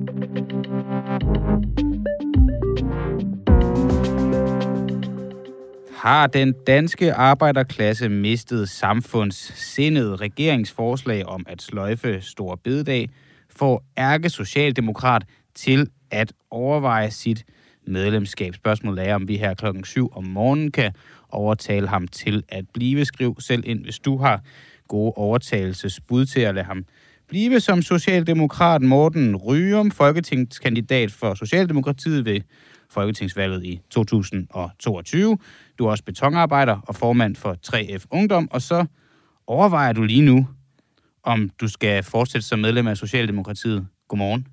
Har den danske arbejderklasse mistet samfundssindet? Regeringsforslag om at sløjfe Store Bededag får ærkesocialdemokrat til at overveje sit medlemskab. Spørgsmålet er, om vi her 7:00 om morgenen kan overtale ham til at blive. Skriv selv ind, hvis du har gode overtagelsesbud til at lade ham blive som socialdemokrat. Morten Ryum, folketingskandidat for Socialdemokratiet ved Folketingsvalget i 2022. Du er også betonarbejder og formand for 3F Ungdom, og så overvejer du lige nu, om du skal fortsætte som medlem af Socialdemokratiet. Godmorgen.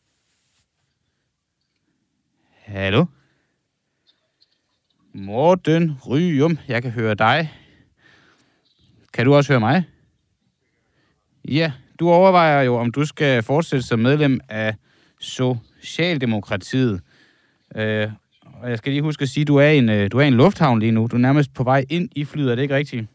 Hallo? Morten Ryum, jeg kan høre dig. Kan du også høre mig? Ja, du overvejer jo, om du skal fortsætte som medlem af Socialdemokratiet. Og jeg skal lige huske at sige, at du er i en lufthavn lige nu. Du er nærmest på vej ind i flyet, er det ikke rigtigt?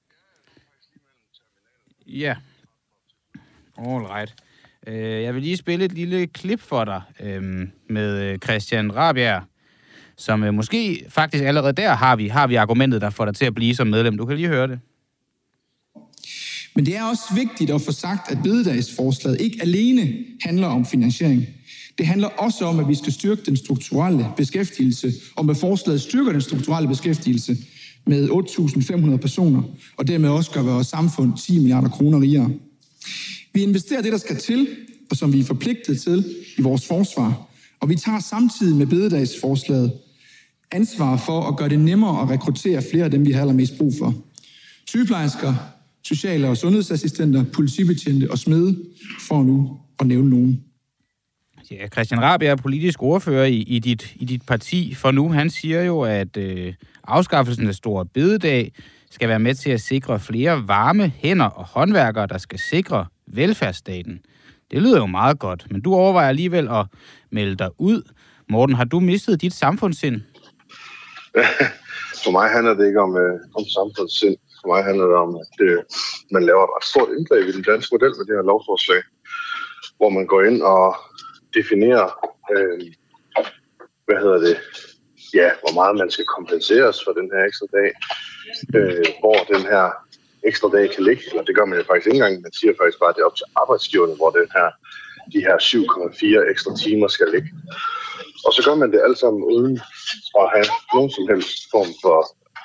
Ja. All right. Jeg vil lige spille et lille klip for dig med Christian Rabjerg, som måske faktisk allerede der har vi argumentet, der får dig til at blive som medlem. Du kan lige høre det. Men det er også vigtigt at få sagt, at bededagsforslaget ikke alene handler om finansiering. Det handler også om, at vi skal styrke den strukturelle beskæftigelse, og med forslaget styrker den strukturelle beskæftigelse med 8.500 personer, og dermed også gør vores samfund 10 milliarder kroner rigere. Vi investerer det, der skal til, og som vi er forpligtet til i vores forsvar, og vi tager samtidig med bededagsforslaget ansvar for at gøre det nemmere at rekruttere flere af dem, vi har allermest brug for. Sygeplejersker, sociale- og sundhedsassistenter, politibetjente og smede, for nu at nævne nogen. Ja, Christian Rabjerg er politisk ordfører i dit parti for nu. Han siger jo, at afskaffelsen af Store Bededag skal være med til at sikre flere varme hænder og håndværkere, der skal sikre velfærdsstaten. Det lyder jo meget godt, men du overvejer alligevel at melde dig ud. Morten, har du mistet dit samfundssind? For mig handler det ikke om samfundssind. For mig handler det om, at man laver et ret stort indgreb i den danske model med det her lovforslag, hvor man går ind og definerer, hvor meget man skal kompenseres for den her ekstra dag, hvor den her ekstra dag kan ligge. Eller det gør man jo faktisk ikke engang. Man siger faktisk bare, at det er op til arbejdsgiverne, hvor de her 7,4 ekstra timer skal ligge. Og så gør man det alt sammen uden at have nogen som helst form for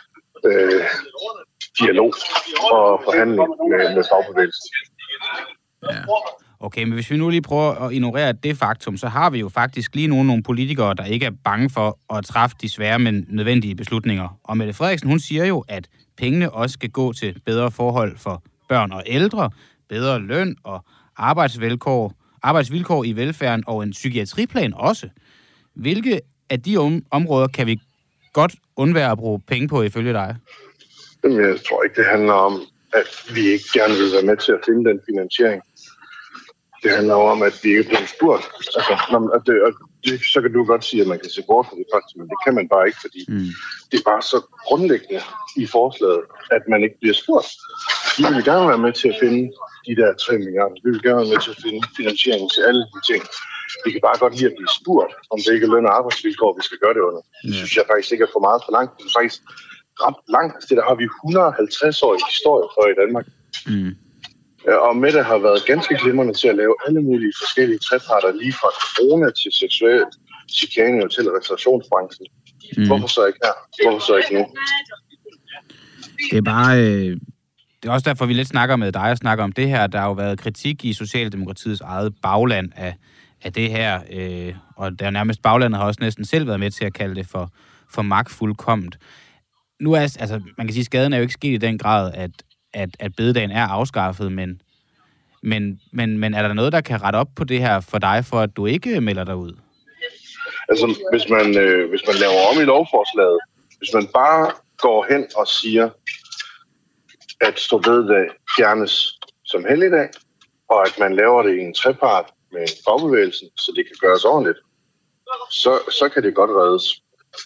dialog og forhandling med fagbevægelsen. Ja. Okay, men hvis vi nu lige prøver at ignorere det faktum, så har vi jo faktisk lige nogle politikere, der ikke er bange for at træffe de svære, men nødvendige beslutninger. Og Mette Frederiksen, hun siger jo, at pengene også skal gå til bedre forhold for børn og ældre, bedre løn og arbejdsvilkår i velfærden og en psykiatriplan også. Hvilke af de områder kan vi godt undvære at bruge penge på ifølge dig? Jamen, jeg tror ikke, det handler om, at vi ikke gerne vil være med til at finde den finansiering. Det handler om, at vi ikke er blevet spurgt. Så kan du godt sige, at man kan se bort fra det faktisk, men det kan man bare ikke, fordi det er bare så grundlæggende i forslaget, at man ikke bliver spurgt. Vi vil gerne være med til at finde de der 3 milliarder. Vi vil gerne være med til at finde finansiering til alle de ting. Vi kan bare godt lide at blive spurgt, om det ikke er løn- og arbejdsvilkår, vi skal gøre det under. Det synes jeg faktisk ikke er for meget for langt. Det er faktisk ret langt. Det der har vi 150-årig historie for i Danmark. Og Mette har været ganske glimrende til at lave alle mulige forskellige treparter, lige fra corona til seksuel chikane og til restaurationsbranchen. Hvorfor så ikke her? Hvorfor så ikke nu? Det er bare... Det er også derfor, vi lidt snakker med dig og snakker om det her. Der har jo været kritik i Socialdemokratiets eget bagland af det her, og der nærmest baglandet har også næsten selv været med til at kalde det for magtfuldkomment. Nu er, altså, man kan sige, at skaden er jo ikke sket i den grad, at bededagen er afskaffet, men er der noget, der kan rette op på det her for dig, for at du ikke melder dig ud? Altså, hvis man laver om i lovforslaget, hvis man bare går hen og siger, at Store Bededag fjernes som helligdag, og at man laver det i en trepart med fagbevægelsen, så det kan gøres ordentligt, så kan det godt reddes.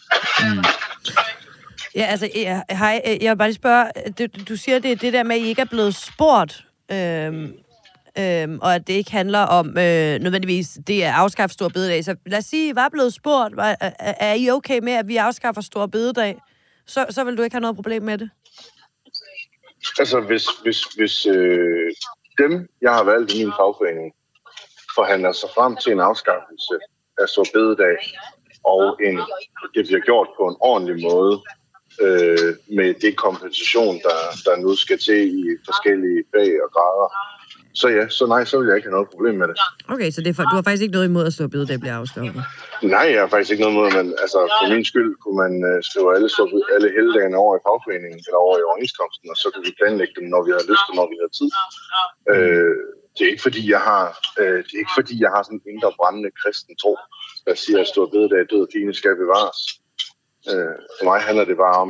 Ja, altså, hej, jeg vil bare lige spørge, du siger, det er det der med, at I ikke er blevet spurgt. og at det ikke handler om nødvendigvis det at afskaffe store bededag. Så lad os sige, I var blevet spurgt, er I okay med, at vi afskaffer store bededag? Så vil du ikke have noget problem med det? Altså, hvis dem, jeg har valgt i min fagforening, forhandler sig frem til en afskaffelse af store bededag, og det bliver gjort på en ordentlig måde, med det kompensation, der nu skal til i forskellige fag og grader. Så ja, så vil jeg ikke have noget problem med det. Okay, så du har faktisk ikke noget imod, at store bededag bliver afskaffet? Nej, jeg har faktisk ikke noget imod, men altså, for min skyld kunne man skrive alle helligdagene over i fagforeningen eller over i overenskomsten, og så kunne vi planlægge dem, når vi har lyst og når vi har tid. Det er ikke fordi, jeg har sådan en indre brændende kristen tro, der siger, at store bededag død og pine skal bevares. For mig handler det bare om,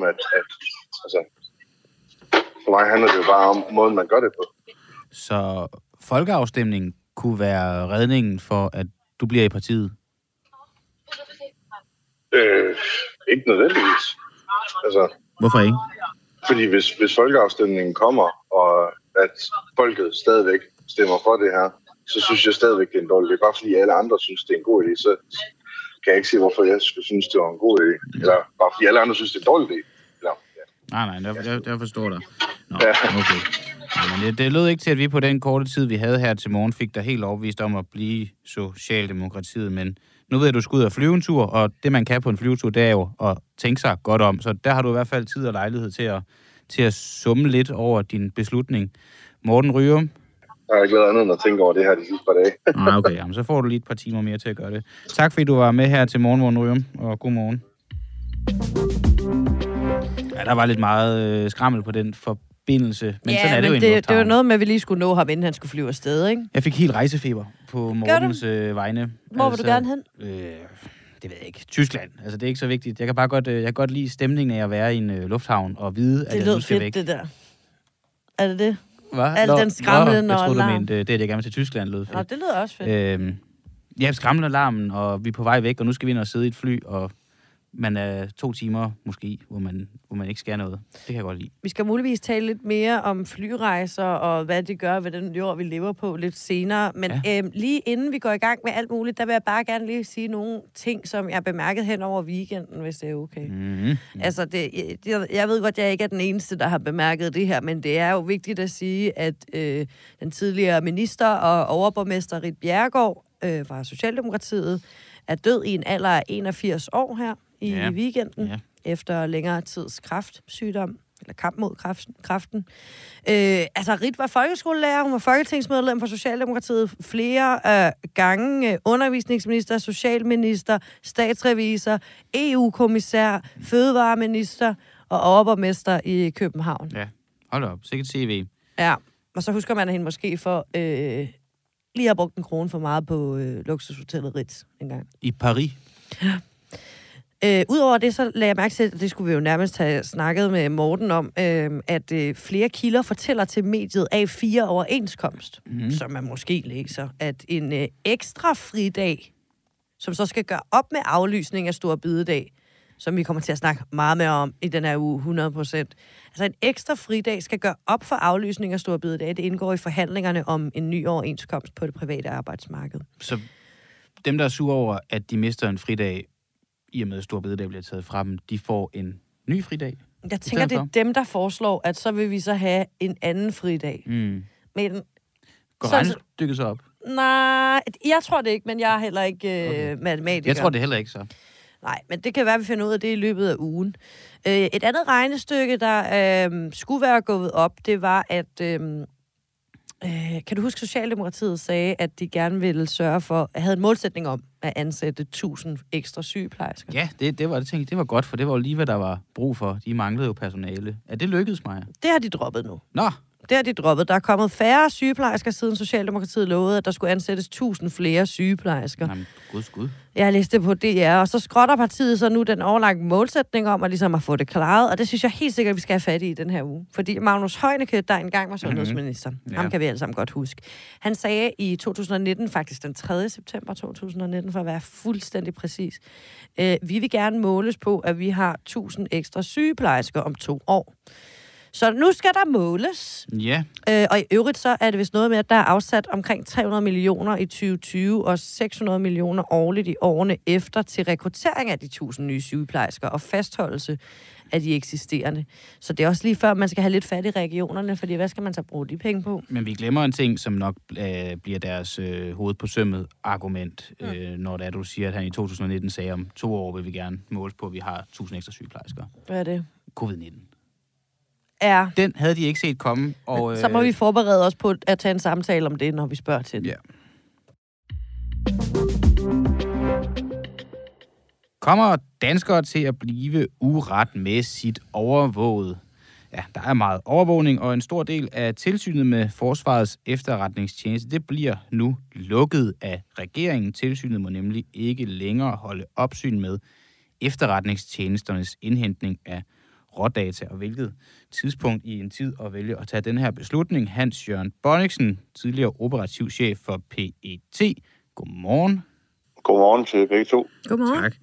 måden, man gør det på. Så folkeafstemningen kunne være redningen for, at du bliver i partiet? Ikke nødvendigvis. Altså, hvorfor ikke? Fordi hvis folkeafstemningen kommer, og at folket stadigvæk stemmer for det her, så synes jeg stadigvæk, det er en dårlig idé. Bare fordi alle andre synes, det er en god idé, så kan jeg ikke se, hvorfor jeg skulle synes, det var en god idé. Eller bare fordi alle andre synes, det er en dårlig idé. Eller, ja. Nej, jeg forstår dig. Nå, okay. Ja, men det lød ikke til, at vi på den korte tid, vi havde her til morgen, fik dig helt overbevist om at blive Socialdemokratiet. Men nu ved jeg, at du skal ud og flyve en tur, og det, man kan på en flyvetur, det er jo at tænke sig godt om. Så der har du i hvert fald tid og lejlighed til at summe lidt over din beslutning. Morten Ryum. Jeg har ikke lavet andet end at tænke over det her de sidste par dage. Nej, okay. Jamen, så får du lige et par timer mere til at gøre det. Tak fordi du var med her til morgen, Morten Ryum, og god morgen. Ja, der var lidt meget skrammel på den forbindelse, men sådan er det jo i en lufthavn. Det var noget med, at vi lige skulle nå ham, inden han skulle flyve afsted, ikke? Jeg fik helt rejsefeber på Mortens vegne. Hvor vil du gerne hen? Det ved jeg ikke. Tyskland. Altså, det er ikke så vigtigt. Jeg kan godt lide stemningen af at være i en lufthavn og vide, at jeg nu skal væk. Det lød fedt, det der. Er det det? Hvad? Al den skramlende og alarm. Jeg troede, det, at jeg gerne vil til Tyskland, lød fedt. Nå, det lyder også fedt. Ja, skramlende alarmen, og vi er på vej væk, og nu skal vi ind og sidde i et fly, og man er 2 timer måske, hvor man ikke skal noget. Det kan jeg godt lide. Vi skal muligvis tale lidt mere om flyrejser, og hvad det gør ved den jord, vi lever på lidt senere. Men lige inden vi går i gang med alt muligt, der vil jeg bare gerne lige sige nogle ting, som jeg har bemærket hen over weekenden, hvis det er okay. Mm-hmm. Altså, jeg ved godt, at jeg ikke er den eneste, der har bemærket det her, men det er jo vigtigt at sige, at den tidligere minister og overborgmester Ritt Bjerregaard fra Socialdemokratiet er død i en alder af 81 år her i weekenden, efter længere tids kræftsygdom, eller kamp mod kræften. Ritt var folkeskolelærer, hun var folketingsmedlem for Socialdemokratiet flere gange, undervisningsminister, socialminister, statsrevisor, EU-kommissær, fødevareminister og overborgmester i København. Ja, hold op. Sikkert CV. Ja, og så husker man hende måske for lige har brugt 1 krone for meget på luksushotellet Ritz engang. I Paris? Ja. Udover det, så lagde jeg mærke til, at det skulle vi jo nærmest have snakket med Morten om, at flere kilder fortæller til mediet A4 overenskomst, som man måske læser, at en ekstra fridag, som så skal gøre op med aflysning af store bededag, som vi kommer til at snakke meget mere om i den her uge, 100%. Altså en ekstra fridag skal gøre op for aflysning af store bededag. Det indgår i forhandlingerne om en ny overenskomst på det private arbejdsmarked. Så dem, der er sure over, at de mister en fridag, i og med at store bededag bliver taget fra dem, de får en ny fridag? Jeg tænker, det er dem, der foreslår, at så vil vi så have en anden fridag. Men går regnestykket så op? Nej, jeg tror det ikke, men jeg er heller ikke matematiker. Jeg tror det heller ikke så. Nej, men det kan være, at vi finder ud af det i løbet af ugen. Et andet regnestykke, der skulle være gået op, det var, at kan du huske, Socialdemokratiet sagde, at de gerne ville sørge for, havde en målsætning om at ansætte 1000 ekstra sygeplejersker? Ja, det var godt, for det var jo lige, hvad der var brug for. De manglede jo personale. Er det lykkedes, Maja? Det har de droppet nu. Nå. Det har de droppet. Der er kommet færre sygeplejersker, siden Socialdemokratiet lovede, at der skulle ansættes 1000 flere sygeplejersker. Jamen, gudskud. Jeg har læst det på DR, og så skrotter partiet så nu den overlagte målsætning om at ligesom at få det klaret, og det synes jeg helt sikkert, vi skal have fat i den her uge. Fordi Magnus Heunicke, der engang var sundhedsminister, ham kan vi alle sammen godt huske. Han sagde i 2019, faktisk den 3. september 2019, for at være fuldstændig præcis, vi vil gerne måles på, at vi har 1000 ekstra sygeplejersker om 2 år. Så nu skal der måles. Ja. Og i øvrigt så er det vist noget med, at der er afsat omkring 300 millioner i 2020 og 600 millioner årligt i årene efter til rekruttering af de 1000 nye sygeplejersker og fastholdelse af de eksisterende. Så det er også lige før, man skal have lidt fat i regionerne, fordi hvad skal man så bruge de penge på? Men vi glemmer en ting, som nok bliver deres hoved på sømmet argument, når det er, du siger, at han i 2019 sagde, om 2 år vil vi gerne måles på, at vi har 1000 ekstra sygeplejersker. Hvad er det? Covid-19. Ja. Den havde de ikke set komme. Og, så må vi forberede os på at tage en samtale om det, når vi spørger til det. Ja. Kommer danskere til at blive uretmæssigt overvåget? Ja, der er meget overvågning, og en stor del af tilsynet med Forsvarets efterretningstjeneste, det bliver nu lukket af regeringen. Tilsynet må nemlig ikke længere holde opsyn med efterretningstjenesternes indhentning af rådata, og hvilket tidspunkt i en tid at vælge at tage den her beslutning. Hans Jørgen Bonniksen, tidligere operativ chef for PET. Godmorgen. Godmorgen til begge to. Godmorgen. Tak.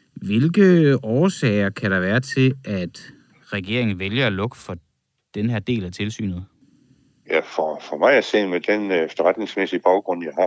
Hvilke årsager kan der være til, at regeringen vælger at lukke for den her del af tilsynet? Ja, for mig at se med den efterretningsmæssige baggrund, jeg har,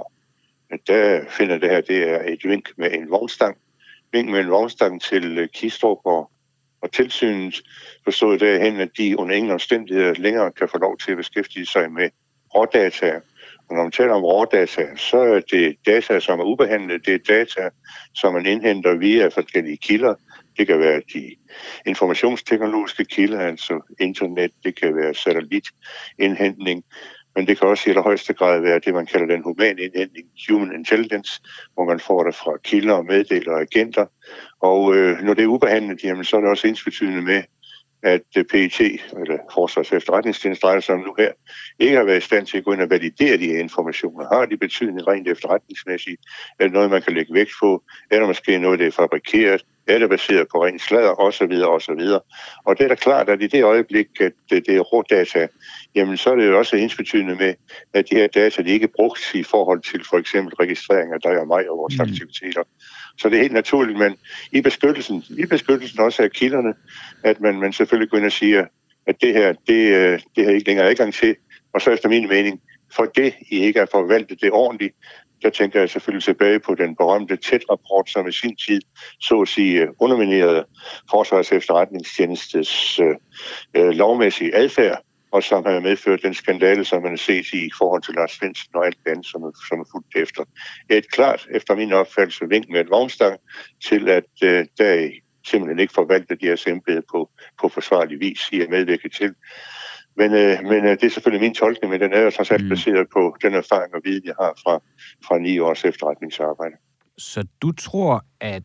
der finder det her, det er et vink med en vognstang. Vink med en vognstang til Kistrup og tilsynet forstået derhen, at de under ingen omstændigheder længere kan få lov til at beskæftige sig med rådata. Og når man taler om rådata, så er det data, som er ubehandlet. Det er data, som man indhenter via forskellige kilder. Det kan være de informationsteknologiske kilder, altså internet, det kan være satellitindhentning, men det kan også i allerhøjeste grad være det, man kalder den humane indhentning, human intelligence, hvor man får det fra kilder, meddelere og agenter. Og når det er ubehandlet, jamen, så er det også ensbetydende med, at PET, eller Forsvarets efterretningstjeneste, som nu her, ikke har været i stand til at gå ind og validere de her informationer. Har de betydning rent efterretningsmæssigt? Er det noget, man kan lægge vægt på? Er der måske noget, der er fabrikeret? Er det baseret på ren sladder? Og så videre, og så videre. Og det er da klart, at i det øjeblik, at det er rådata, jamen så er det jo også ensbetydende med, at de her data, de ikke er brugt i forhold til for eksempel registrering af dig og mig og vores aktiviteter. Så det er helt naturligt, men i beskyttelsen også af kilderne, at man selvfølgelig går ind og siger, at det her, det har ikke længere adgang til. Og så efter min mening, for det I ikke har forvaltet det ordentligt, der tænker jeg selvfølgelig tilbage på den berømte TET-rapport, som i sin tid, så at sige, underminerede Forsvarets efterretningstjenestes lovmæssige adfærd, og som har medført den skandale, som man har set i forhold til Lars Findsen og alt andet, som er fuldt efter. Et klart, efter min opfattelse, vink med et vognstang til, at der simpelthen ikke forvalter de her embeder på forsvarlig vis, I er medvirket til. Men det er selvfølgelig min tolkning, men den er jo trods alt baseret på den erfaring og viden, jeg har fra 9 års efterretningsarbejde. Så du tror, at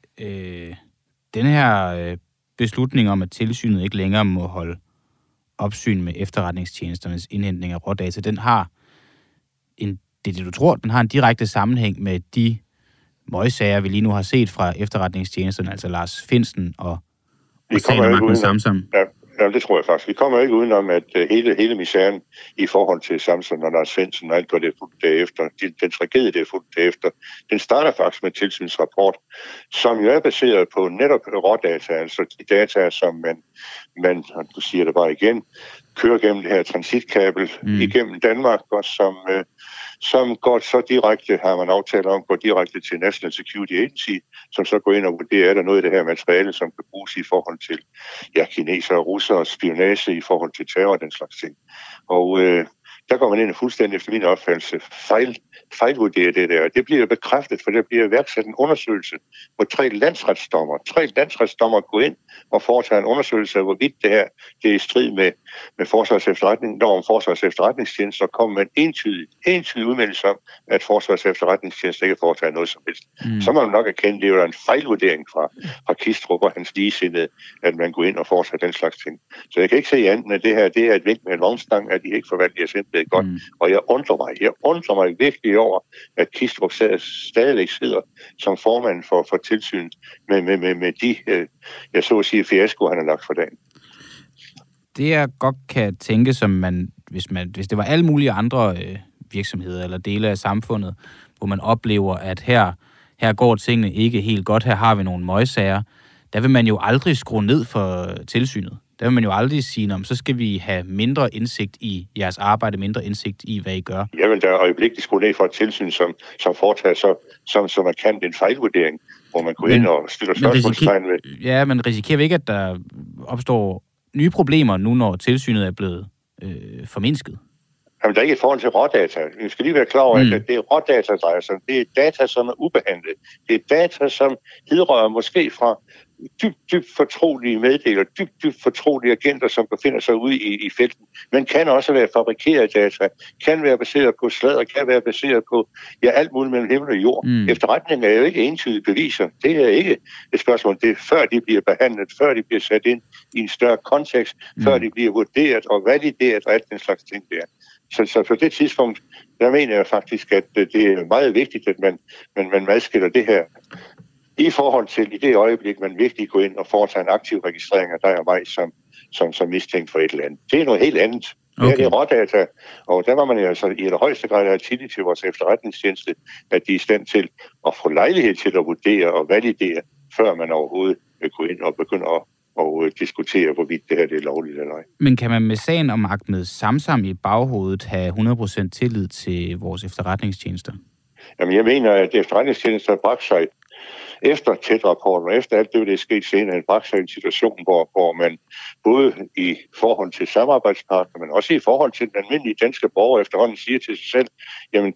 den her beslutning om, at tilsynet ikke længere må holde opsyn med efterretningstjenesternes indhentning af rådata, den har du tror, den har en direkte sammenhæng med de møgsager, vi lige nu har set fra efterretningstjenesterne, altså Lars Findsen og sagen om Ahmed Samsam. Ja, det tror jeg faktisk. Vi kommer ikke udenom, at hele misæren i forhold til Samsam og Lars Findsen og alt, hvad det er fuldt derefter, den tragedie, det er fuldt derefter, den starter faktisk med tilsynsrapport, som jo er baseret på netop rådata, altså de data, som man du siger det bare igen, kører gennem det her transitkabel igennem Danmark, og som går så direkte, har man aftaler om, går direkte til National Security Agency, som så går ind og vurderer, er der noget af det her materiale, som kan bruges i forhold til kinesere og russere, spionage i forhold til terror og den slags ting. Og der går man ind og fuldstændig efter min opfattelse fejlvurderer det der. Det bliver bekræftet, for der bliver iværksat en undersøgelse, hvor 3 landsretsdommer går ind og foretager en undersøgelse af, hvorvidt det her det er i strid med Forsvarets efterretning, lov om Forsvarets efterretningstjeneste, og kommer med en entydig udmeldelse om, at Forsvarets efterretningstjeneste ikke foretager noget som helst. Så må man nok erkende, det er jo en fejlvurdering fra Kistrup og hans ligesindede, at man går ind og foretager den slags ting. Så jeg kan ikke se andet, at det her det er et vink med en vognstang, at de ikke forvalter simpelthen godt. Og jeg undrer mig virkelig over, at Kistrup stadig sidder som formand for tilsynet med de, jeg så at sige, fiasko, han har lagt for dagen. Det jeg godt kan tænke, som hvis det var alle mulige andre virksomheder eller dele af samfundet, hvor man oplever, at her går tingene ikke helt godt, her har vi nogle møgsager, der vil man jo aldrig skrue ned for tilsynet. der vil man jo aldrig sige, så skal vi have mindre indsigt i jeres arbejde, mindre indsigt i, hvad I gør. Jamen, der er øjeblikkeligt skruet ned for et tilsyn, som foretager så markant en fejlvurdering, hvor man går ind og stiller spørgsmålstegn ved. Ja, men risikerer vi ikke, at der opstår nye problemer nu, når tilsynet er blevet formindsket? Jamen, der er ikke et forhold til rådata. Vi skal lige være klar over, at det er rådata, der drejer sig. Det er data, som er ubehandlet. Det er data, som hidrører måske fra dybt fortrolige meddelere, dybt fortrolige agenter, som befinder sig ude i felten, men kan også være fabrikeret data, kan være baseret på sladder, kan være baseret på alt muligt mellem himmel og jord. Efterretning er jo ikke entydige beviser. Det er ikke et spørgsmål. Det er før de bliver behandlet, før de bliver sat ind i en større kontekst, før de bliver vurderet og valideret og alt den slags ting der. Så på det tidspunkt, der mener jeg faktisk, at det er meget vigtigt, at man adskiller det her i forhold til i det øjeblik, man virkelig går ind og foretager en aktiv registrering af dig og mig som mistænkt for et eller andet. Det er noget helt andet. Okay. Det er rådata, og der var man altså i det højeste grad have tillid til vores efterretningstjeneste, at de er i stand til at få lejlighed til at vurdere og validere, før man overhovedet går ind og begynder at diskutere, hvorvidt det her det er lovligt eller ej. Men kan man med sagen om Ahmed Samsam i baghovedet have 100% tillid til vores efterretningstjenester? Jamen, jeg mener, at efterretningstjenester har bragt sig efter TED-rapporten og efter alt det, der er sket senere, bragt sig i en situation, hvor man både i forhold til samarbejdspartner, men også i forhold til den almindelige danske borger efterhånden siger til sig selv, jamen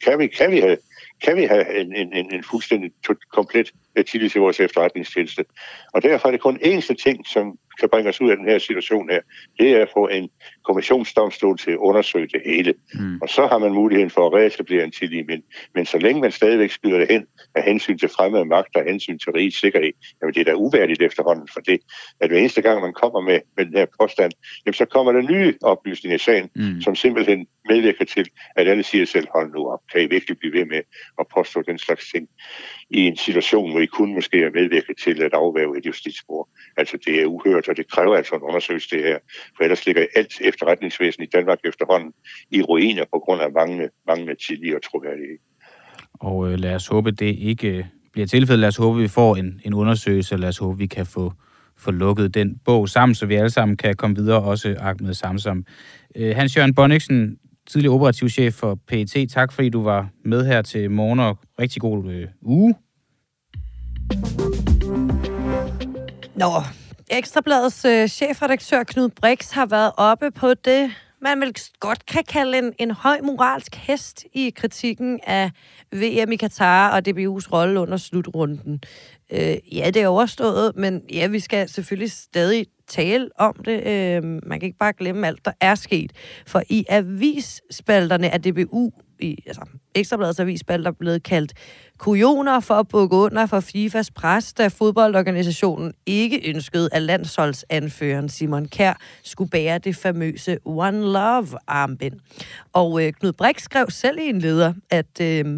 kan vi have en fuldstændig komplet tillid til vores efterretningstjeneste. Og derfor er det kun eneste ting, som kan bringe os ud af den her situation her, det er at få en kommissionsdomstol til at undersøge det hele. Og så har man muligheden for at reetablere en tillid, men så længe man stadigvæk skyder det hen af hensyn til fremmede magter, af hensyn til rigets sikkerhed, jamen det er da uværdigt efterhånden for det, at hver eneste gang man kommer med den her påstand, jamen så kommer der nye oplysninger i sagen, som simpelthen medvirker til, at alle siger selv, hold nu op, kan I virkelig blive ved med at påstå den slags ting i en situation, hvor I kun måske er medvirket til at afværge et justitsspor. Altså det er uhørt, og det kræver altså en undersøgelse det her, for ellers ligger alt efterretningsvæsen i Danmark efterhånden i ruiner på grund af manglende tillid og troværdighed. Og lad os håbe, det ikke bliver tilfældet. Lad os håbe, vi får en undersøgelse, og lad os håbe, vi kan få lukket den bog sammen, så vi alle sammen kan komme videre, også Ahmed Samsam. Hans Jørgen Bonniksen, tidligere operativchef for PET, tak fordi du var med her til morgen, og rigtig god uge. Nå, Ekstrabladets chefredaktør Knud Brix har været oppe på det, man vel godt kan kalde en høj moralsk hest i kritikken af VM i Katar og DBU's rolle under slutrunden. Ja, det er overstået, men ja, vi skal selvfølgelig stadig tale om det. Man kan ikke bare glemme alt, der er sket. For i avisspalterne af DBU, Ekstrabladets avisspalter, er blevet kaldt kujoner for at bukke under for FIFAs pres, da fodboldorganisationen ikke ønskede, at landsholdsanføreren Simon Kjær skulle bære det famøse One Love-armbind. Og Knud Brix skrev selv i en leder, at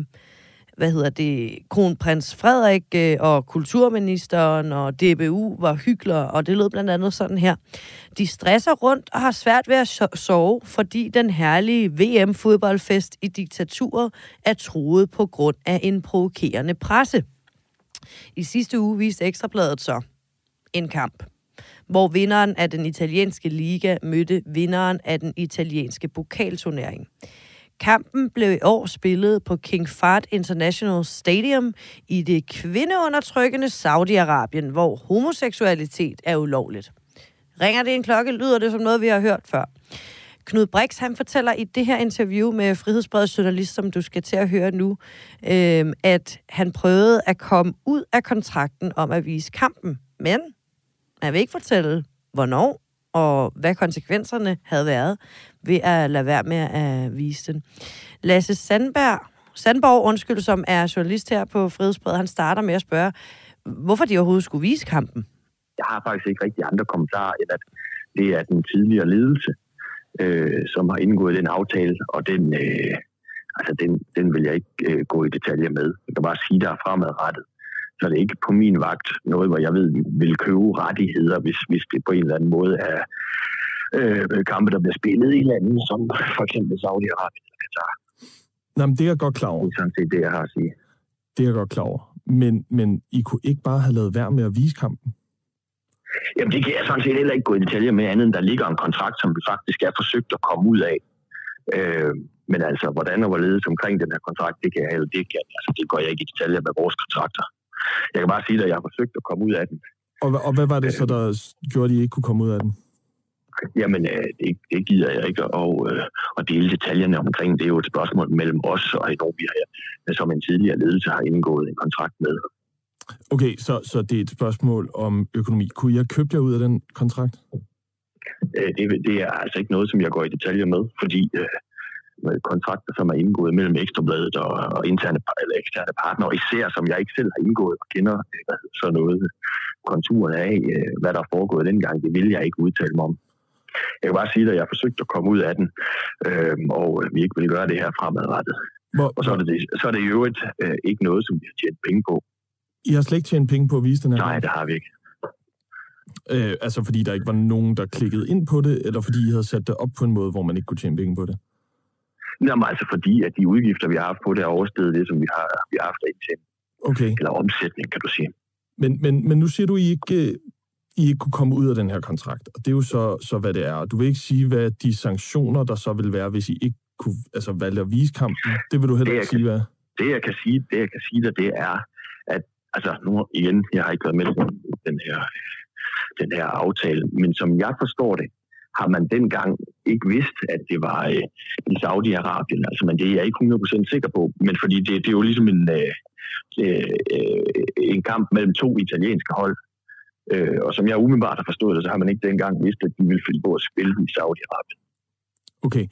kronprins Frederik og kulturministeren og DBU var hyklere, og det lød blandt andet sådan her. De stresser rundt og har svært ved at sove, fordi den herlige VM-fodboldfest i diktaturet er truet på grund af en provokerende presse. I sidste uge viste Ekstrabladet så en kamp, hvor vinderen af den italienske liga mødte vinderen af den italienske pokalturnering. Kampen blev i år spillet på King Fahd International Stadium i det kvindeundertrykkende Saudi-Arabien, hvor homoseksualitet er ulovligt. Ringer det en klokke, lyder det som noget, vi har hørt før. Knud Brix, han fortæller i det her interview med Frihedsbredets journalist, som du skal til at høre nu, at han prøvede at komme ud af kontrakten om at vise kampen. Men han vil ikke fortælle, hvornår og hvad konsekvenserne havde været ved at lade være med at vise den. Lasse Sandborg, som er journalist her på Frihedsbredet, han starter med at spørge, hvorfor de overhovedet skulle vise kampen. Jeg har faktisk ikke rigtig andre kommentarer, end at det er den tidligere ledelse, som har indgået den aftale, og den vil jeg ikke gå i detaljer med. Jeg kan bare sige, der er fremadrettet. Så det er ikke på min vagt noget, hvor jeg vil købe rettigheder, hvis det på en eller anden måde er kampe, der bliver spillet i landet, som for eksempel Saudi-Arabien eller Katar. Nå, men det er jeg godt klar over. Det er sådan set det, jeg har at sige. Det er jeg godt klar over. Men I kunne ikke bare have lavet være med at vise kampen? Jamen, det kan jeg sådan set heller ikke gå i detaljer med andet, end der ligger en kontrakt, som vi faktisk er forsøgt at komme ud af. Men altså, hvordan og hvorledes omkring den her kontrakt, det går jeg ikke i detaljer med vores kontrakter. Jeg kan bare sige, at jeg har forsøgt at komme ud af den. Og hvad var det så, der gjorde, at I ikke kunne komme ud af den? Jamen, det gider jeg ikke at dele detaljerne omkring. Det er jo et spørgsmål mellem os og Enovia, som en tidligere ledelse har indgået en kontrakt med. Okay, så det er et spørgsmål om økonomi. Kunne I have købt jer ud af den kontrakt? Det er altså ikke noget, som jeg går i detaljer med, fordi kontrakter, som er indgået mellem Ekstrabladet og eksterne partnere, især som jeg ikke selv har indgået og kender så noget konturerne af, hvad der er foregået dengang, det vil jeg ikke udtale mig om. Jeg kan bare sige, at jeg har forsøgt at komme ud af den, og vi ikke vil gøre det her fremadrettet. Og så er det i øvrigt ikke noget, som vi har tjent penge på. I har slet ikke tjent penge på at vise den her? Nej, det har vi ikke. Altså fordi der ikke var nogen, der klikkede ind på det, eller fordi I havde sat det op på en måde, hvor man ikke kunne tjene penge på det? Jamen altså fordi, at de udgifter, vi har haft på det, er oversteget det, som vi har haft af indtjening. Okay. Eller omsætning, kan du sige. Men nu siger du, I ikke kunne komme ud af den her kontrakt, og det er jo så hvad det er. Du vil ikke sige, hvad de sanktioner, der så vil være, hvis I ikke kunne valgte at vise kampen. Det vil du heller ikke sige, hvad? Det jeg kan sige, det er, at altså nu igen, jeg har ikke været med den her aftale, men som jeg forstår det, har man dengang ikke vidst, at det var i Saudi-Arabien. Altså, men det er jeg ikke 100% sikker på. Men fordi det er jo ligesom en kamp mellem to italienske hold. Og som jeg umiddelbart har forstået det, så har man ikke dengang vidst, at de ville finde på at spille i Saudi-Arabien. Okay.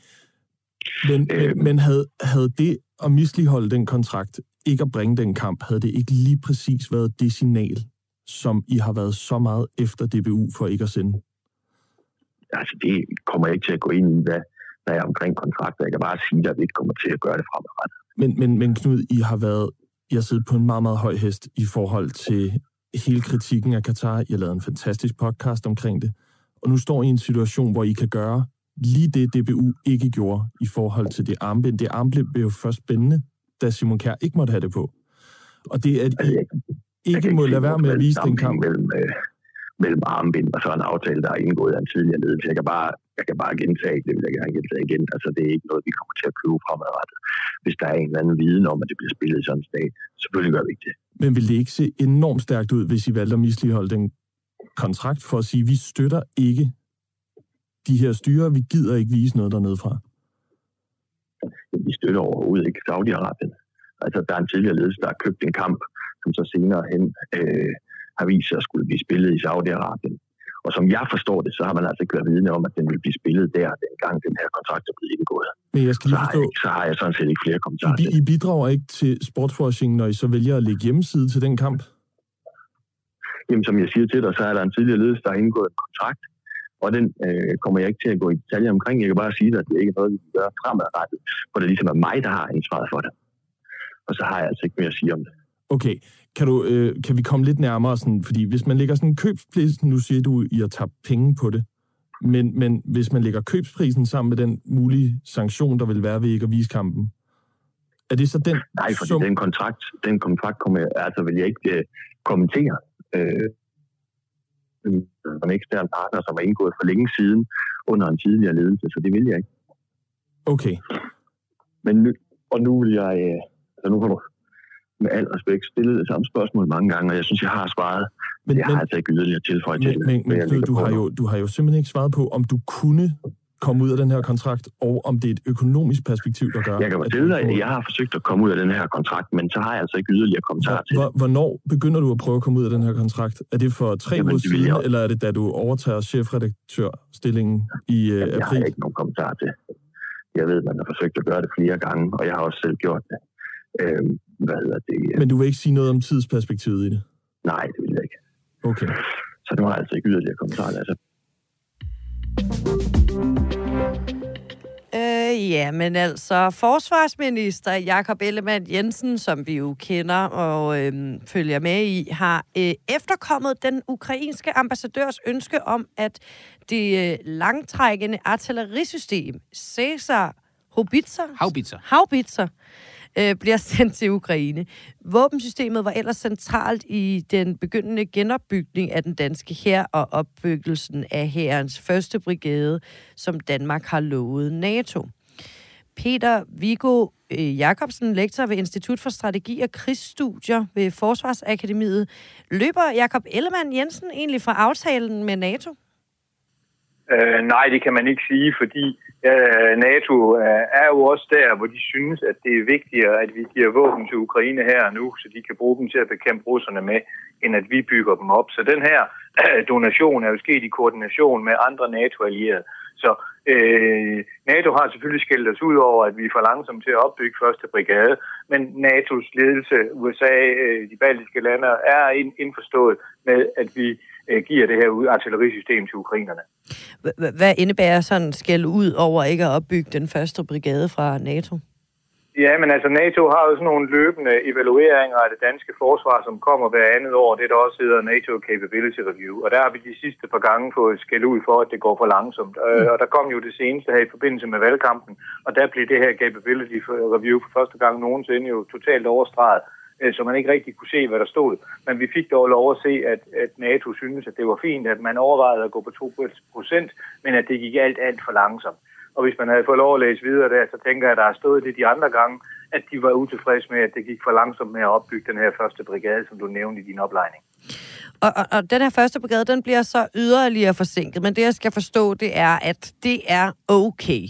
Men havde det at misligholde den kontrakt, ikke at bringe den kamp, havde det ikke lige præcis været det signal, som I har været så meget efter DBU for ikke at sende? Altså, det kommer jeg ikke til at gå ind i, hvad der er omkring kontrakter. Jeg kan bare sige, at vi ikke kommer til at gøre det fremadrettet. Men Knud, I har siddet på en meget, meget høj hest i forhold til hele kritikken af Katar. I har lavet en fantastisk podcast omkring det. Og nu står I i en situation, hvor I kan gøre lige det, DBU ikke gjorde i forhold til det armbind. Det armbind blev jo først spændende, da Simon Kjær ikke måtte have det på. Og det er, at I ikke må lade være med at vise den kamp. Mellem armbind og så en aftale, der er indgået af en tidligere ledelse. Jeg kan bare gentage, det vil jeg gerne gentage igen. Altså, det er ikke noget, vi kommer til at købe fremadrettet. Hvis der er en eller anden viden om, at det bliver spillet i sådan en stat, selvfølgelig gør vi ikke det. Men vil det ikke se enormt stærkt ud, hvis I valgte at misligholde den kontrakt for at sige, at vi støtter ikke de her styrer, vi gider ikke vise noget dernede fra? Vi støtter overhovedet ikke Saudi-Arabien. Altså, der er en tidligere ledelse, der har købt en kamp, som så senere hen har vist sig at skulle blive spillet i Saudi-Arabien. Og som jeg forstår det, så har man altså ikke været vidne om, at den vil blive spillet der, dengang den her kontrakt er blevet indgået. Men jeg skal lige forstå, så har jeg sådan set ikke flere kommentarer til. I bidrager ikke til sportswashing, når I så vælger at lægge hjemmeside til den kamp? Jamen, som jeg siger til dig, så er der en tidligere ledelse, der har indgået en kontrakt, og den kommer jeg ikke til at gå i detaljer omkring. Jeg kan bare sige, at det ikke er noget, vi kan gøre fremadrettet, for det ligesom er mig, der har ansvaret for det. Og så har jeg altså ikke mere at sige om det. Okay, kan vi komme lidt nærmere sådan, fordi hvis man lægger sådan en købspris, nu siger du, I har tabt penge på det, men hvis man lægger købsprisen sammen med den mulige sanktion, der vil være ved ikke at vise kampen, er det så den? Nej, fordi den kontrakt vil jeg ikke kommentere. Som eksterne partner, som er indgået for længe siden under en tidligere ledelse, så det vil jeg ikke. Okay. Men nu vil jeg, nu har du med al respekt stillet det samme spørgsmål mange gange, og jeg synes, jeg har svaret. Men jeg har altså ikke yderligere tilføjet til det. Men du har jo simpelthen ikke svaret på, om du kunne komme ud af den her kontrakt, og om det er et økonomisk perspektiv, der gør... Jeg kan fortælle dig, at jeg har forsøgt at komme ud af den her kontrakt, men så har jeg altså ikke yderligere kommentarer til det. Hvornår begynder du at prøve at komme ud af den her kontrakt? Er det for 3 uger siden, eller er det, da du overtager chefredaktørstillingen i april? Jeg har ikke nogen kommentarer til. Jeg ved, at man har forsøgt at gøre det flere gange, og jeg har også selv gjort det. Men du vil ikke sige noget om tidsperspektivet i det? Nej, det vil jeg ikke. Okay. Så det var altså ikke yderligere kommentarer, altså. Ja, men altså forsvarsminister Jakob Ellemann-Jensen, som vi jo kender og følger med i, har efterkommet den ukrainske ambassadørs ønske om, at det langtrækkende artillerisystem Cæsar Haubitzer bliver sendt til Ukraine. Våbensystemet var ellers centralt i den begyndende genopbygning af den danske hær og opbyggelsen af hærens første brigade, som Danmark har lovet NATO. Peter Viggo Jacobsen, lektor ved Institut for Strategi og Krigsstudier ved Forsvarsakademiet. Løber Jakob Ellemann-Jensen egentlig fra aftalen med NATO? Nej, det kan man ikke sige, fordi NATO er jo også der, hvor de synes, at det er vigtigere, at vi giver våben til Ukraine her og nu, så de kan bruge dem til at bekæmpe russerne med, end at vi bygger dem op. Så den her donation er jo sket i koordination med andre NATO-allierede. Så NATO har selvfølgelig skældt os ud over, at vi er for langsomme til at opbygge første brigade, men NATO's ledelse, USA, de baltiske lande, er indforstået med, at vi giver det her artillerisystem til ukrainerne. Hvad indebærer sådan skæld ud over ikke at opbygge den første brigade fra NATO? Ja, men altså NATO har jo sådan nogle løbende evalueringer af det danske forsvar, som kommer hver andet år. Det der også hedder NATO Capability Review. Og der har vi de sidste par gange fået skæld ud for, at det går for langsomt. Og der kom jo det seneste her i forbindelse med valgkampen. Og der blev det her Capability Review for første gang nogensinde jo totalt overstreget, så man ikke rigtig kunne se, hvad der stod. Men vi fik dog lov at se, at NATO synes, at det var fint, at man overvejede at gå på 2%, men at det gik alt for langsomt. Og hvis man havde fået lov at læse videre der, så tænker jeg, at der har stået det de andre gange, at de var utilfredse med, at det gik for langsomt med at opbygge den her første brigade, som du nævnte i din oplegning. Og den her første brigade, den bliver så yderligere forsinket, men det jeg skal forstå, det er, at det er okay.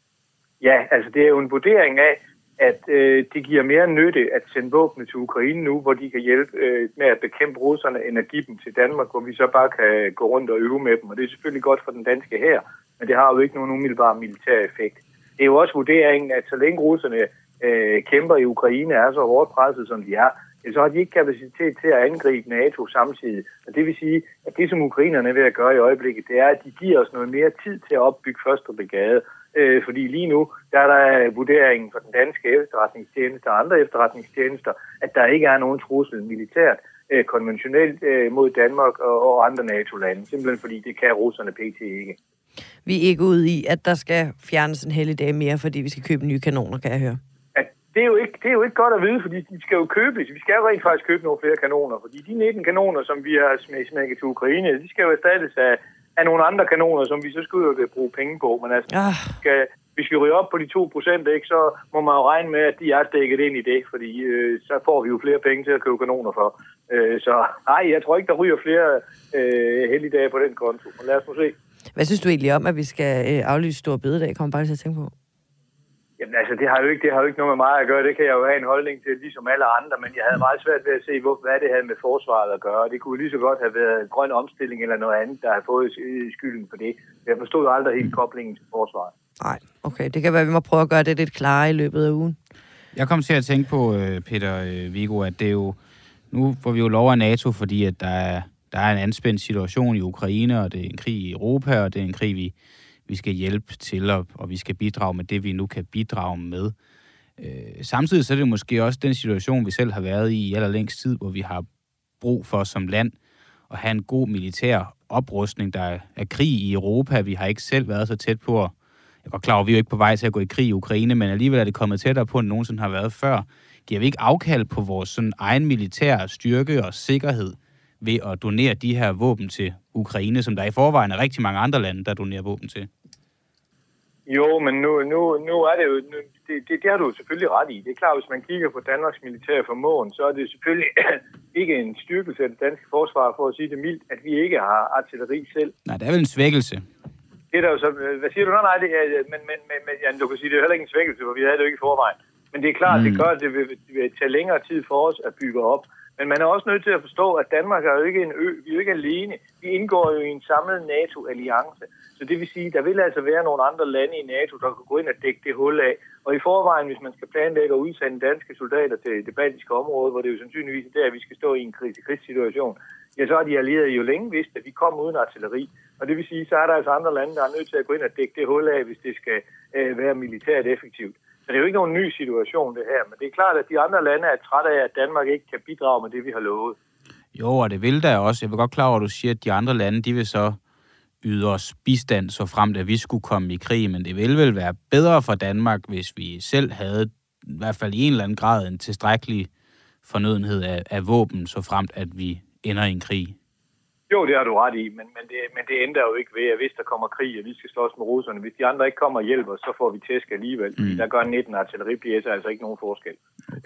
Ja, altså det er jo en vurdering af, at det giver mere nytte at sende våben til Ukraine nu, hvor de kan hjælpe med at bekæmpe russerne, end at give dem til Danmark, hvor vi så bare kan gå rundt og øve med dem. Og det er selvfølgelig godt for den danske hær, men det har jo ikke nogen umiddelbar militær effekt. Det er jo også vurderingen, at så længe russerne kæmper i Ukraine, er så hårdt presset, som de er, så har de ikke kapacitet til at angribe NATO samtidig. Og det vil sige, at det, som ukrainerne er ved at gøre i øjeblikket, det er, at de giver os noget mere tid til at opbygge første brigade. Fordi lige nu, der er der vurderingen for den danske efterretningstjeneste og andre efterretningstjenester, at der ikke er nogen trussel militært, konventionelt mod Danmark og andre NATO-lande. Simpelthen fordi det kan russerne pt. ikke. Vi er ikke ude i, at der skal fjernes en helligdag mere, fordi vi skal købe nye kanoner, kan jeg høre. Det er jo ikke godt at vide, fordi de skal jo købes. Vi skal jo rent faktisk købe nogle flere kanoner, fordi de 19 kanoner, som vi har smækket til Ukraine, de skal jo erstattes af nogle andre kanoner, som vi så skal jo bruge penge på. Men altså, hvis vi ryger op på de 2%, ikke, så må man jo regne med, at de er dækket ind i det, fordi så får vi jo flere penge til at købe kanoner for. Så nej, jeg tror ikke, der ryger flere helligdage på den konto. Men lad os nu se. Hvad synes du egentlig om, at vi skal aflyse Store Bededag? Kommer bare til at tænke på. Jamen altså, det har jo ikke noget med mig at gøre. Det kan jeg jo have en holdning til, ligesom alle andre, men jeg havde meget svært ved at se, hvad det havde med forsvaret at gøre. Det kunne lige så godt have været grøn omstilling eller noget andet, der har fået skylden for det. Jeg forstod aldrig helt koblingen til forsvaret. Nej, okay. Det kan være, at vi må prøve at gøre det lidt klarere i løbet af ugen. Jeg kom til at tænke på, Peter Viggo, at det er jo... Nu får vi jo lov af NATO, fordi at der er en anspændt situation i Ukraine, og det er en krig i Europa, og det er en krig, vi skal hjælpe til, og vi skal bidrage med det, vi nu kan bidrage med. Samtidig så er det måske også den situation, vi selv har været i allerlængst tid, hvor vi har brug for som land at have en god militær oprustning. Der er krig i Europa, vi har ikke selv været så tæt på. Jeg er godt klar over, at vi er jo ikke på vej til at gå i krig i Ukraine, men alligevel er det kommet tættere på, end nogensinde har været før. Giver vi ikke afkald på vores sådan egen militære styrke og sikkerhed ved at donere de her våben til Ukraine, som der i forvejen er rigtig mange andre lande, der donerer våben til? Jo, men nu er det jo... Det har du selvfølgelig ret i. Det er klart, hvis man kigger på Danmarks militære formåen, så er det selvfølgelig ikke en styrkelse af det danske forsvar, for at sige det mildt, at vi ikke har artilleri selv. Nej, det er vel en svækkelse. Det er der jo så... Hvad siger du? Nej, det er, men du kan sige, det er jo heller ikke en svækkelse, for vi havde det jo ikke i forvejen. Men det er klart, det gør, at det vil tage længere tid for os at bygge op. Men man er også nødt til at forstå, at Danmark er jo ikke en ø. Vi er jo ikke alene. Vi indgår jo i en samlet NATO-alliance. Så det vil sige, at der vil altså være nogle andre lande i NATO, der kan gå ind og dække det hul af. Og i forvejen, hvis man skal planlægge at udsende danske soldater til det baltiske område, hvor det jo sandsynligvis er der, at vi skal stå i en krigssituation, ja, så har de allierede jo længe vidst, at vi kommer uden artilleri. Og det vil sige, så er der altså andre lande, der er nødt til at gå ind og dække det hul af, hvis det skal være militært effektivt. Så det er jo ikke nogen ny situation, det her. Men det er klart, at de andre lande er trætte af, at Danmark ikke kan bidrage med det, vi har lovet. Jo, og det vil der også. Jeg vil godt klar over, at du siger, at de andre lande, de vil så yde os bistand, så frem til at vi skulle komme i krig. Men det ville vel være bedre for Danmark, hvis vi selv havde i hvert fald i en eller anden grad en tilstrækkelig fornødenhed af våben, så fremt at vi ender i en krig. Jo, det har du ret i, men det ændrer jo ikke ved, at hvis der kommer krig, og vi skal slås med russerne, hvis de andre ikke kommer og hjælper, så får vi tæsk alligevel. Der gør 19 artilleripjæser altså ikke nogen forskel.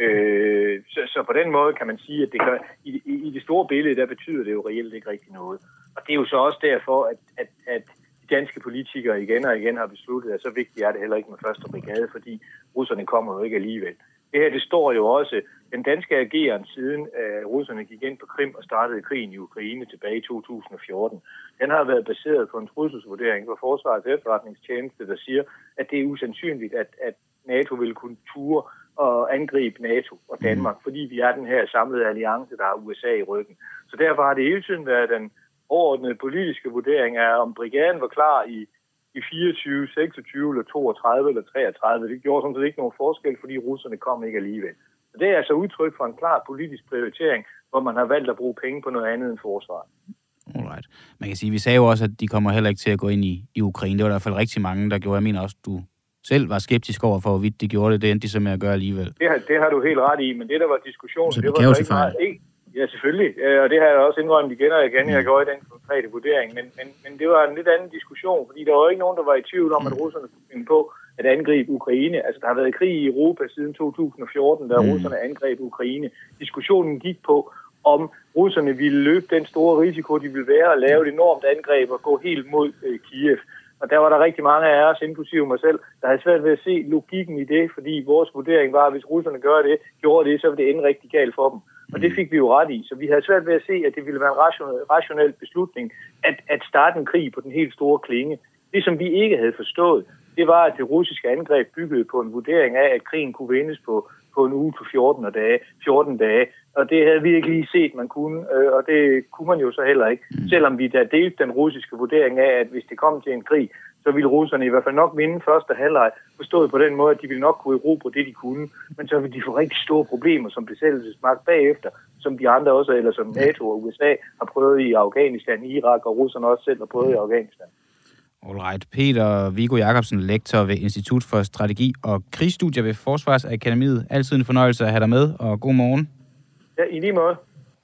Så på den måde kan man sige, at det gør, i det store billede, der betyder det jo reelt ikke rigtig noget. Og det er jo så også derfor, at de danske politikere igen og igen har besluttet, at så vigtigt er det heller ikke med første brigade, fordi russerne kommer jo ikke alligevel. Det her, det står jo også, den danske ageren siden russerne gik ind på Krim og startede krigen i Ukraine tilbage i 2014, den har været baseret på en trusselsvurdering fra Forsvarets efterretningstjeneste, der siger, at det er usandsynligt, at NATO vil kunne ture og angribe NATO og Danmark, fordi vi er den her samlede alliance, der har USA i ryggen. Så derfor har det hele tiden været den overordnede politiske vurdering af, om brigaden var klar i 24, 26 eller 32 eller 33. Det gjorde sådan set ikke nogen forskel, fordi russerne kom ikke alligevel. Så det er altså udtryk for en klar politisk prioritering, hvor man har valgt at bruge penge på noget andet end forsvaret. Alright. Man kan sige, vi sagde jo også, at de kommer heller ikke til at gå ind i Ukraine. Det var i hvert fald rigtig mange, der gjorde. Jeg mener også, du selv var skeptisk over for, hvorvidt de gjorde det. Det endte de så med at gøre alligevel. Det har du helt ret i, men det der var diskussionen, så det var ikke meget. Ja, selvfølgelig. Og det har jeg også indrømt igen og igen. Jeg går i den konkrete vurdering. Men det var en lidt anden diskussion, fordi der var ikke nogen, der var i tvivl om, at russerne skulle finde på at angribe Ukraine. Altså, der har været krig i Europa siden 2014, da russerne angreb Ukraine. Diskussionen gik på, om russerne ville løbe den store risiko, de ville være at lave et enormt angreb og gå helt mod Kiev. Og der var der rigtig mange af os, inklusive mig selv, der havde svært ved at se logikken i det, fordi vores vurdering var, at hvis russerne gjorde det, så ville det ende rigtig galt for dem. Og det fik vi jo ret i. Så vi havde svært ved at se, at det ville være en rationel beslutning at starte en krig på den helt store klinge. Det, som vi ikke havde forstået, det var, at det russiske angreb byggede på en vurdering af, at krigen kunne vindes på en uge på 14 dage. Og det havde vi ikke lige set, man kunne, og det kunne man jo så heller ikke. Selvom vi da delte den russiske vurdering af, at hvis det kom til en krig, så ville russerne i hvert fald nok vinde første halvleg, forstået på den måde, at de ville nok kunne erobre det, de kunne. Men så ville de få rigtig store problemer som besættelsesmagt bagefter, som de andre også, eller som NATO og USA har prøvet i Afghanistan, Irak, og russerne også selv har prøvet i Afghanistan. Alright. Peter Viggo Jacobsen, lektor ved Institut for Strategi og Krigsstudier ved Forsvarsakademiet. Altid en fornøjelse at have dig med, og god morgen. Ja, i lige måde.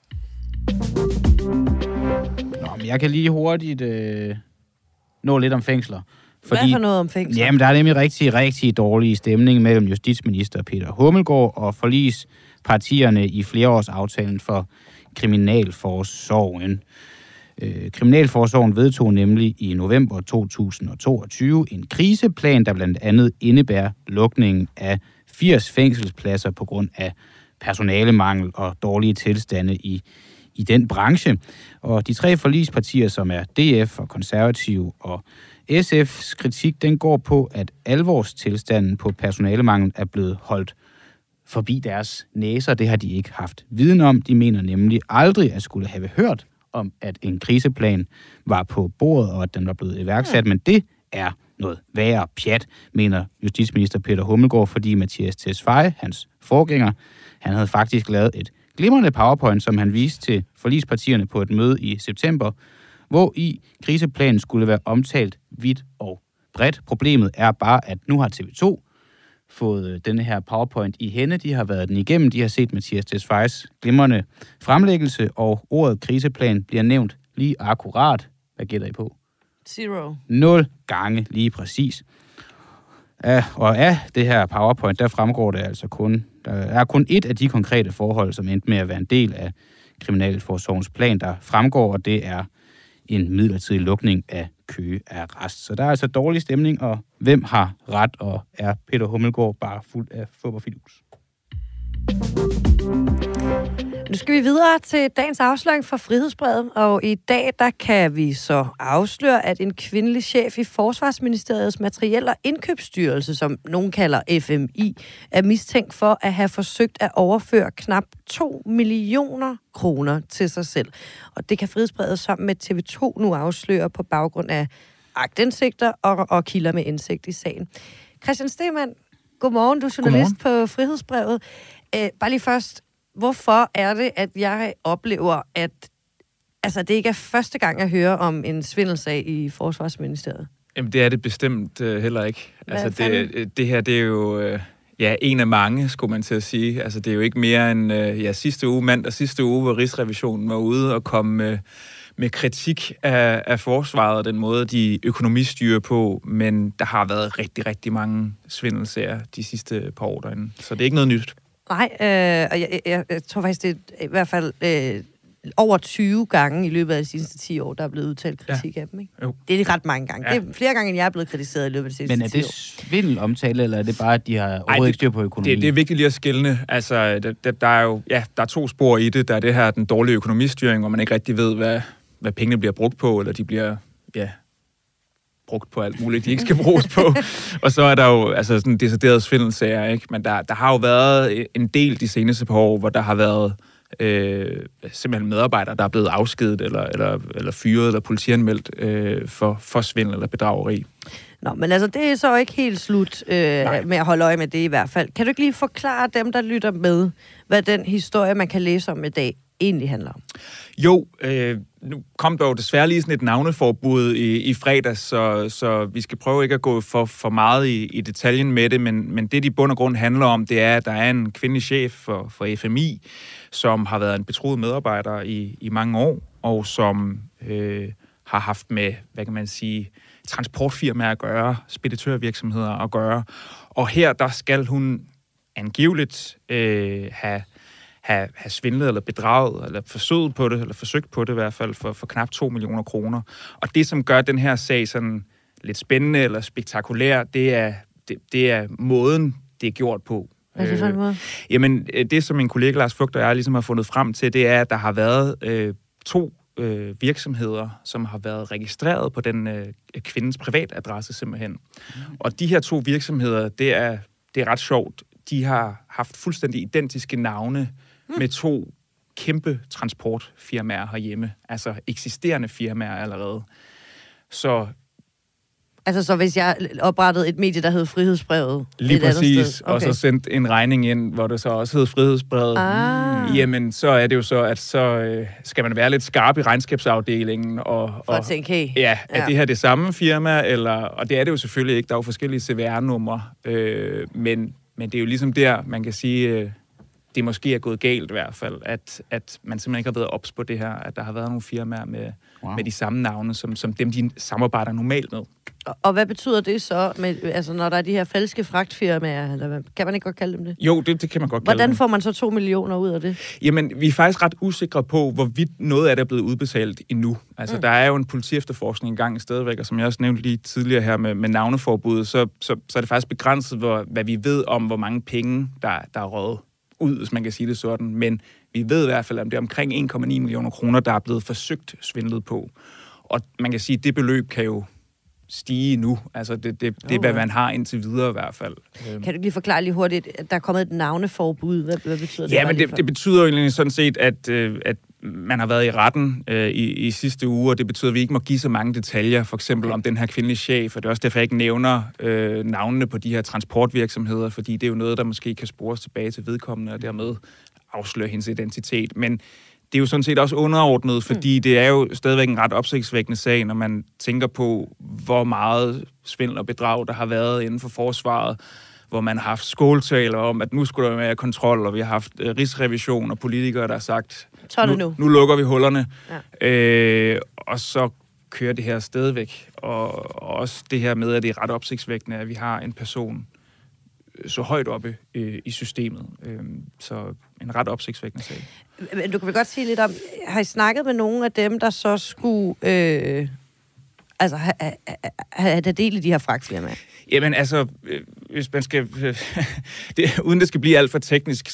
Nå, men jeg kan lige hurtigt nå lidt om fængsler. Hvad for noget om fængsler? Jamen, der er nemlig rigtig, rigtig dårlig stemning mellem justitsminister Peter Hummelgaard og forligspartierne i flereårsaftalen for Kriminalforsorgen. Kriminalforsorgen vedtog nemlig i november 2022 en kriseplan, der blandt andet indebærer lukningen af 80 fængselspladser på grund af personalemangel og dårlige tilstande i den branche. Og de tre forligspartier, som er DF og Konservative og SF's kritik, den går på, at alvorstilstanden på personalemangel er blevet holdt forbi deres næser. Det har de ikke haft viden om. De mener nemlig aldrig at skulle have hørt om, at en kriseplan var på bordet, og at den var blevet iværksat, men det er noget værre pjat, mener justitsminister Peter Hummelgaard, fordi Mattias Tesfaye, hans forgænger, han havde faktisk lavet et glimrende PowerPoint, som han viste til forligspartierne på et møde i september, hvor i kriseplanen skulle være omtalt vidt og bredt. Problemet er bare, at nu har TV2 fået denne her PowerPoint i hænde. De har været den igennem. De har set Mattias Tesfayes glimrende fremlæggelse, og ordet kriseplan bliver nævnt lige akkurat. Hvad gætter I på? 0 gange lige præcis. Og af det her PowerPoint, der fremgår det altså der er kun et af de konkrete forhold, som endte med at være en del af Kriminalforsorgens plan, der fremgår, og det er en midlertidig lukning af Køge Arrest. Så der er altså dårlig stemning, og hvem har ret, og er Peter Hummelgaard bare fuld af fodboldfidus? Nu skal vi videre til dagens afsløring fra Frihedsbrevet, og i dag der kan vi så afsløre, at en kvindelig chef i Forsvarsministeriets Materiel- og Indkøbsstyrelse, som nogen kalder FMI, er mistænkt for at have forsøgt at overføre knap 2 millioner kroner til sig selv. Og det kan Frihedsbrevet sammen med TV2 nu afsløre på baggrund af aktindsigter og kilder med indsigt i sagen. Christian Stemann, godmorgen, du er journalist på Frihedsbrevet. Bare lige først, hvorfor er det, at jeg oplever, at det ikke er første gang, jeg hører om en svindelsag i Forsvarsministeriet? Jamen, det er det bestemt heller ikke. Det her, det er jo Ja, en af mange, skulle man til at sige. Altså, det er jo ikke mere end mandag sidste uge, hvor Rigsrevisionen var ude og kom med kritik af forsvaret og den måde, de økonomistyrer på, men der har været rigtig, rigtig mange svindelsager de sidste par år derinde. Så det er ikke noget nyt. Nej, og jeg tror faktisk, det er i hvert fald over 20 gange i løbet af de sidste 10 år, der er blevet udtalt kritik af dem, ikke? Jo. Det er ret mange gange. Ja. Det er flere gange, end jeg er blevet kritiseret i løbet af de sidste 10 år. Men er det svindelomtale, eller er det bare, at de har overhovedet ikke styr på økonomien? Det er vigtigt lige at skelne. Altså, der er jo der er 2 spor i det. Der er det her, den dårlige økonomistyring, hvor man ikke rigtig ved, hvad pengene bliver brugt på, eller de bliver, brugt på alt muligt, de ikke skal bruges på. Og så er der jo altså sådan deciderede svindelsager, ikke? Men der har jo været en del de seneste par år, hvor der har været simpelthen medarbejdere, der er blevet afskedet eller fyret eller politianmeldt for svindel eller bedrageri. Nå, men altså, det er så ikke helt slut med at holde øje med det i hvert fald. Kan du ikke lige forklare dem, der lytter med, hvad den historie, man kan læse om i dag, egentlig handler om? Jo, nu kom der jo desværre lige sådan et navneforbud i fredags, så vi skal prøve ikke at gå for meget i detaljen med det, men det, de i bund og grund handler om, det er, at der er en kvindelig chef for FMI, som har været en betroet medarbejder i mange år, og som har haft med, hvad kan man sige, transportfirmaer at gøre, speditørvirksomheder at gøre. Og her, der skal hun angiveligt have svindlet eller bedraget, eller forsøgt på det, eller forsøgt på det i hvert fald, for knap 2 millioner kroner. Og det, som gør den her sag sådan lidt spændende eller spektakulær, det er måden, det er gjort på. Hvad er det for en måde? Jamen, det, som min kollega Lars Fugt og jeg ligesom har fundet frem til, det er, at der har været 2 virksomheder, som har været registreret på den kvindens privatadresse simpelthen. Og de her 2 virksomheder, det er ret sjovt. De har haft fuldstændig identiske navne med 2 kæmpe transportfirmaer herhjemme. Altså eksisterende firmaer allerede. Så hvis jeg oprettede et medie, der hed Frihedsbrevet lige præcis, okay. Og så sendt en regning ind, hvor det så også hed Frihedsbrevet. Jamen, så er det jo så, at så skal man være lidt skarp i regnskabsafdelingen. For at tænke, hey. Ja, er det her det samme firma? Og det er det jo selvfølgelig ikke. Der er jo forskellige CVR-numre. Men det er jo ligesom der, man kan sige, det måske er gået galt i hvert fald, at man simpelthen ikke har været ops på det her, at der har været nogle firmaer med de samme navne, som dem, de samarbejder normalt med. Og hvad betyder det så, når der er de her falske fragtfirmaer, eller kan man ikke godt kalde dem det? Jo, det kan man godt kalde dem. Hvordan får man så 2 millioner ud af det? Jamen, vi er faktisk ret usikre på, hvorvidt noget af det er blevet udbetalt endnu. Altså, der er jo en politiefterforskning i gang stadigvæk, og som jeg også nævnte lige tidligere her med navneforbuddet, så er det faktisk begrænset, hvad vi ved om, hvor mange penge, der er røget ud, hvis man kan sige det sådan. Men vi ved i hvert fald, at det er omkring 1,9 millioner kroner, der er blevet forsøgt svindlet på. Og man kan sige, at det beløb kan jo stige nu. Altså, det er, hvad man har indtil videre i hvert fald. Kan du lige forklare lige hurtigt, at der er kommet et navneforbud? Hvad betyder det? Ja, men det betyder jo egentlig sådan set, at man har været i retten i sidste uge, og det betyder, at vi ikke må give så mange detaljer, for eksempel om den her kvindelige chef, og det er også derfor, jeg ikke nævner navnene på de her transportvirksomheder, fordi det er jo noget, der måske kan spores tilbage til vedkommende, og dermed afsløre hendes identitet. Men det er jo sådan set også underordnet, fordi det er jo stadigvæk en ret opsigtsvækkende sag, når man tænker på, hvor meget svindel og bedrag, der har været inden for forsvaret, hvor man har haft skåltaler om, at nu skulle der være kontrol, og vi har haft rigsrevision og politikere, der har sagt, nu lukker vi hullerne. Ja. Og så kører det her stadigvæk. Og også det her med, at det er ret opsigtsvækkende, at vi har en person så højt oppe i systemet. Så en ret opsigtsvækkende sag. Men du kan vel godt sige lidt om, har I snakket med nogle af dem, der så skulle have del i de her fragtfirmaer? Jamen altså, hvis man skal... uden det skal blive alt for teknisk,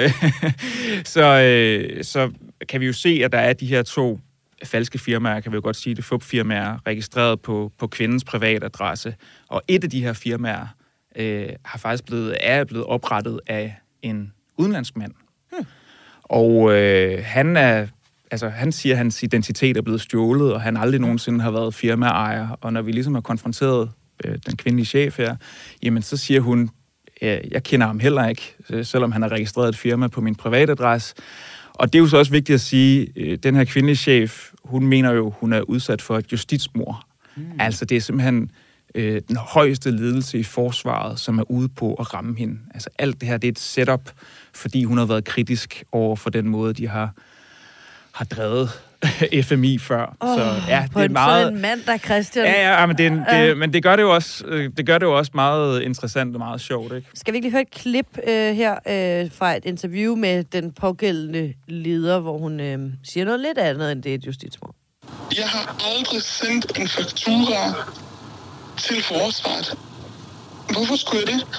så kan vi jo se, at der er de her 2 falske firmaer, kan vi jo godt sige det, FUP-firmaer, registreret på kvindens privatadresse. Og et af de her firmaer har faktisk blevet oprettet af en udenlandsk mand. Og han siger, at hans identitet er blevet stjålet, og han aldrig nogensinde har været firmaejer. Og når vi ligesom har konfronteret den kvindelige chef her, jamen så siger hun, jeg kender ham heller ikke, selvom han har registreret et firma på min privatadresse. Og det er jo så også vigtigt at sige, den her kvindelige chef, hun mener jo, hun er udsat for et justitsmord. Altså det er simpelthen den højeste ledelse i forsvaret, som er ude på at ramme hende. Altså alt det her, det er et setup, fordi hun har været kritisk over for den måde, de har drevet FMI før. Så ja, det er meget en mandag, Christian. Ja, men det gør det jo også meget interessant og meget sjovt, ikke? Skal vi ikke lige høre et klip her fra et interview med den pågældende leder, hvor hun siger noget lidt andet end det et justitsmord? Jeg har aldrig sendt en faktura til forsvaret. Hvorfor skulle jeg det?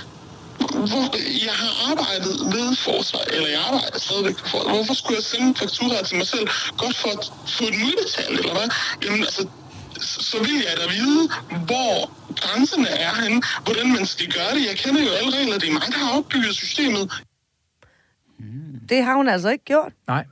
Jeg har arbejdet ved forsvaret, eller jeg arbejder stadigvæk for forsvaret. Hvorfor skulle jeg sende en faktura til mig selv? Godt for at få den udbetalt, eller hvad? Jamen altså, så vil jeg da vide, hvor grænserne er henne, hvordan man skal gøre det. Jeg kender jo alle regler, det er mig, der har opbygget systemet. Det har hun altså ikke gjort. Nej.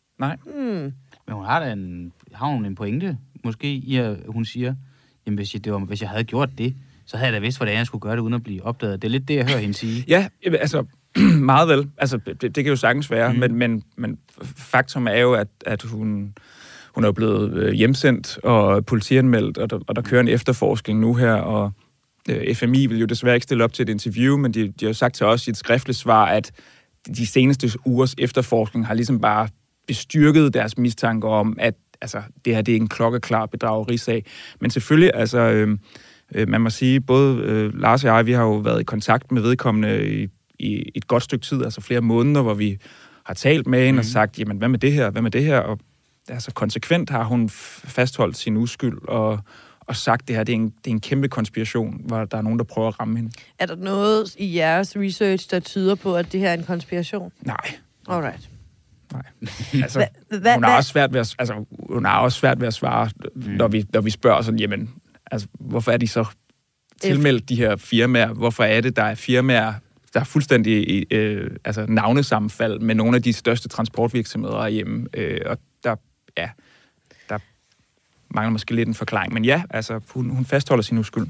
Men hun har hun en pointe, måske, i at hun siger, jamen hvis jeg havde gjort det, så havde jeg da vidst, hvordan jeg skulle gøre det, uden at blive opdaget. Det er lidt det, jeg hører hende sige. Ja, altså, meget vel. Altså, det kan jo sagtens være, men faktum er jo, at hun er blevet hjemsendt og politianmeldt, og der kører en efterforskning nu her, og FMI vil jo desværre ikke stille op til et interview, men de har jo sagt til os i et skriftligt svar, at de seneste ugers efterforskning har ligesom bare bestyrket deres mistanke om, at altså, det her det er en klokkeklar bedragerisag. Men selvfølgelig, altså, man må sige, både Lars og jeg, vi har jo været i kontakt med vedkommende i et godt stykke tid, altså flere måneder, hvor vi har talt med hende og sagt, jamen, hvad med det her? Og altså, konsekvent har hun fastholdt sin uskyld og sagt, det her det er en kæmpe konspiration, hvor der er nogen, der prøver at ramme hende. Er der noget i jeres research, der tyder på, at det her er en konspiration? Nej. Alright. Nej. Altså, hun har også svært ved at svare, når vi spørger sådan, jamen, altså, hvorfor er de så tilmeldt de her firmaer? Hvorfor er det, der er firmaer, der er fuldstændig navnesammenfald med nogle af de største transportvirksomheder hjemme? Og der mangler måske lidt en forklaring. Men ja, altså, hun fastholder sin uskyld.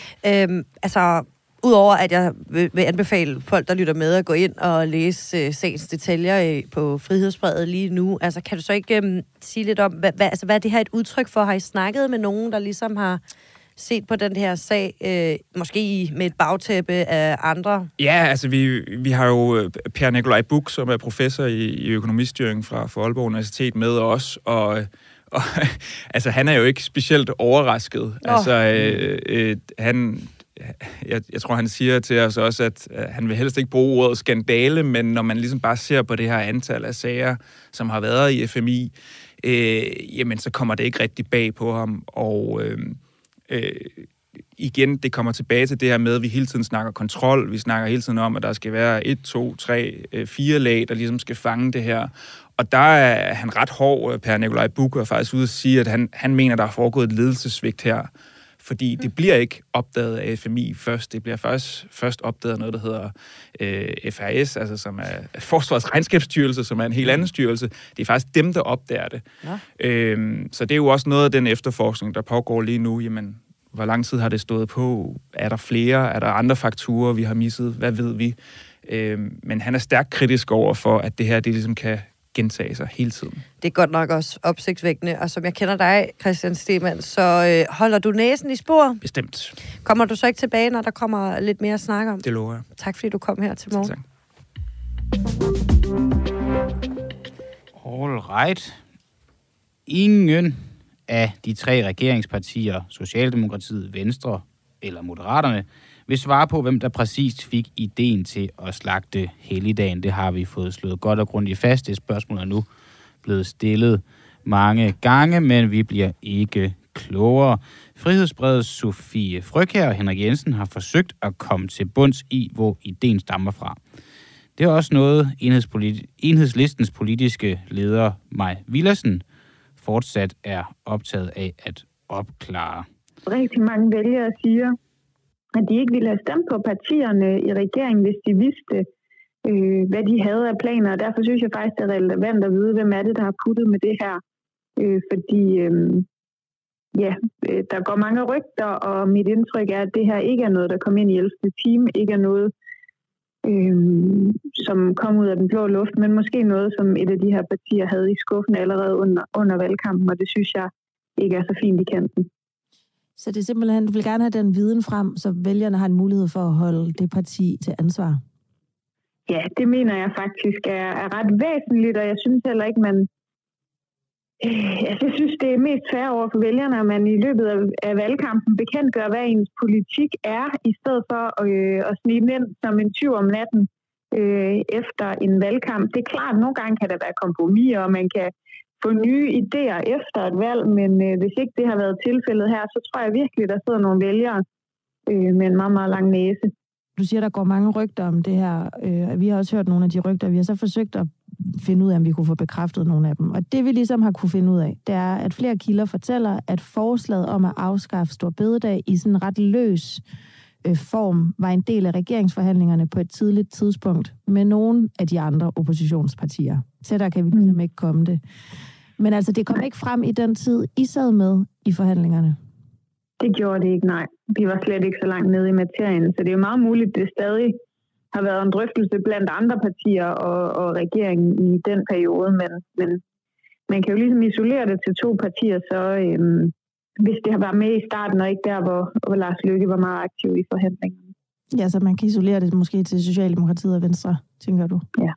Udover at jeg vil anbefale folk, der lytter med, at gå ind og læse sagens detaljer på Frihedsbrevet lige nu. Altså, kan du så ikke sige lidt om, hvad er det her et udtryk for? Har I snakket med nogen, der ligesom har set på den her sag, måske med et bagtæppe af andre? Ja, altså vi har jo Per Nikolaj Buch, som er professor i økonomistyring fra Aalborg Universitet med os, og altså, han er jo ikke specielt overrasket. Jeg tror, han siger til os også, at han vil helst ikke bruge ordet skandale, men når man ligesom bare ser på det her antal af sager, som har været i FMI, jamen så kommer det ikke rigtig bag på ham. Og igen, det kommer tilbage til det her med, at vi hele tiden snakker kontrol. Vi snakker hele tiden om, at der skal være 1, 2, 3, 4 lag, der ligesom skal fange det her. Og der er han ret hård, Per Nikolaj Buch, og faktisk ude at sige, at han mener, der er foregået et ledelsessvigt her. Fordi det bliver ikke opdaget af FMI først. Det bliver først opdaget noget, der hedder FRS, altså som er Forsvarets Regnskabsstyrelse, som er en helt anden styrelse. Det er faktisk dem, der opdager det. Ja. Så det er jo også noget af den efterforskning, der pågår lige nu. Jamen, hvor lang tid har det stået på? Er der flere? Er der andre fakturer, vi har misset? Hvad ved vi? Men han er stærkt kritisk over for, at det her det ligesom kan gentage sig hele tiden. Det er godt nok også opsigtsvækkende, og som jeg kender dig, Christian Stemann, så holder du næsen i spor? Bestemt. Kommer du så ikke tilbage, når der kommer lidt mere at snakke om? Det lover jeg. Tak fordi du kom her til morgen. Tak. All right. Ingen af de 3 regeringspartier, Socialdemokratiet, Venstre eller Moderaterne, vil svare på, hvem der præcist fik ideen til at slagte helligdagen. Det har vi fået slået godt og grundigt fast. Det spørgsmål er nu blevet stillet mange gange, men vi bliver ikke klogere. Frihedsbredets Sofie Frøkjær og Henrik Jensen har forsøgt at komme til bunds i, hvor ideen stammer fra. Det er også noget, Enhedslistens politiske leder Mai Villadsen fortsat er optaget af at opklare. Rigtig mange vælgere siger, at de ikke ville have stemt på partierne i regeringen, hvis de vidste, hvad de havde af planer. Og derfor synes jeg faktisk, det er relevant at vide, hvem er det, der har puttet med det her. Fordi der går mange rygter, og mit indtryk er, at det her ikke er noget, der kom ind i 11. time, ikke er noget, som kom ud af den blå luft, men måske noget, som et af de her partier havde i skuffen allerede under valgkampen, og det synes jeg ikke er så fint i kanten. Så det er simpelthen, du vil gerne have den viden frem, så vælgerne har en mulighed for at holde det parti til ansvar? Ja, det mener jeg faktisk er ret væsentligt, og jeg synes heller ikke, jeg synes, det er mest fair over for vælgerne, at man i løbet af valgkampen bekendtgør, hvad ens politik er, i stedet for at snige ind som en tyv om natten efter en valgkamp. Det er klart, at nogle gange kan der være kompromiser, og man kan få nye idéer efter et valg, men hvis ikke det har været tilfældet her, så tror jeg virkelig, der sidder nogle vælgere med en meget, meget lang næse. Du siger, der går mange rygter om det her. Vi har også hørt nogle af de rygter. Vi har så forsøgt at finde ud af, om vi kunne få bekræftet nogle af dem. Og det vi ligesom har kunne finde ud af, det er, at flere kilder fortæller, at forslaget om at afskaffe Store Bededag i sådan en ret løs form var en del af regeringsforhandlingerne på et tidligt tidspunkt med nogle af de andre oppositionspartier. Tættere kan vi ligesom ikke komme det. Men altså, det kom ikke frem i den tid, I sad med i forhandlingerne. Det gjorde det ikke, nej. Vi var slet ikke så langt nede i materien, så det er jo meget muligt, at det stadig har været en drøftelse blandt andre partier og regeringen i den periode, men man kan jo ligesom isolere det til to partier, så hvis det har været med i starten, og ikke der, hvor Lars Løkke var meget aktiv i forhandlingerne. Ja, så man kan isolere det måske til Socialdemokratiet og Venstre, tænker du? Ja.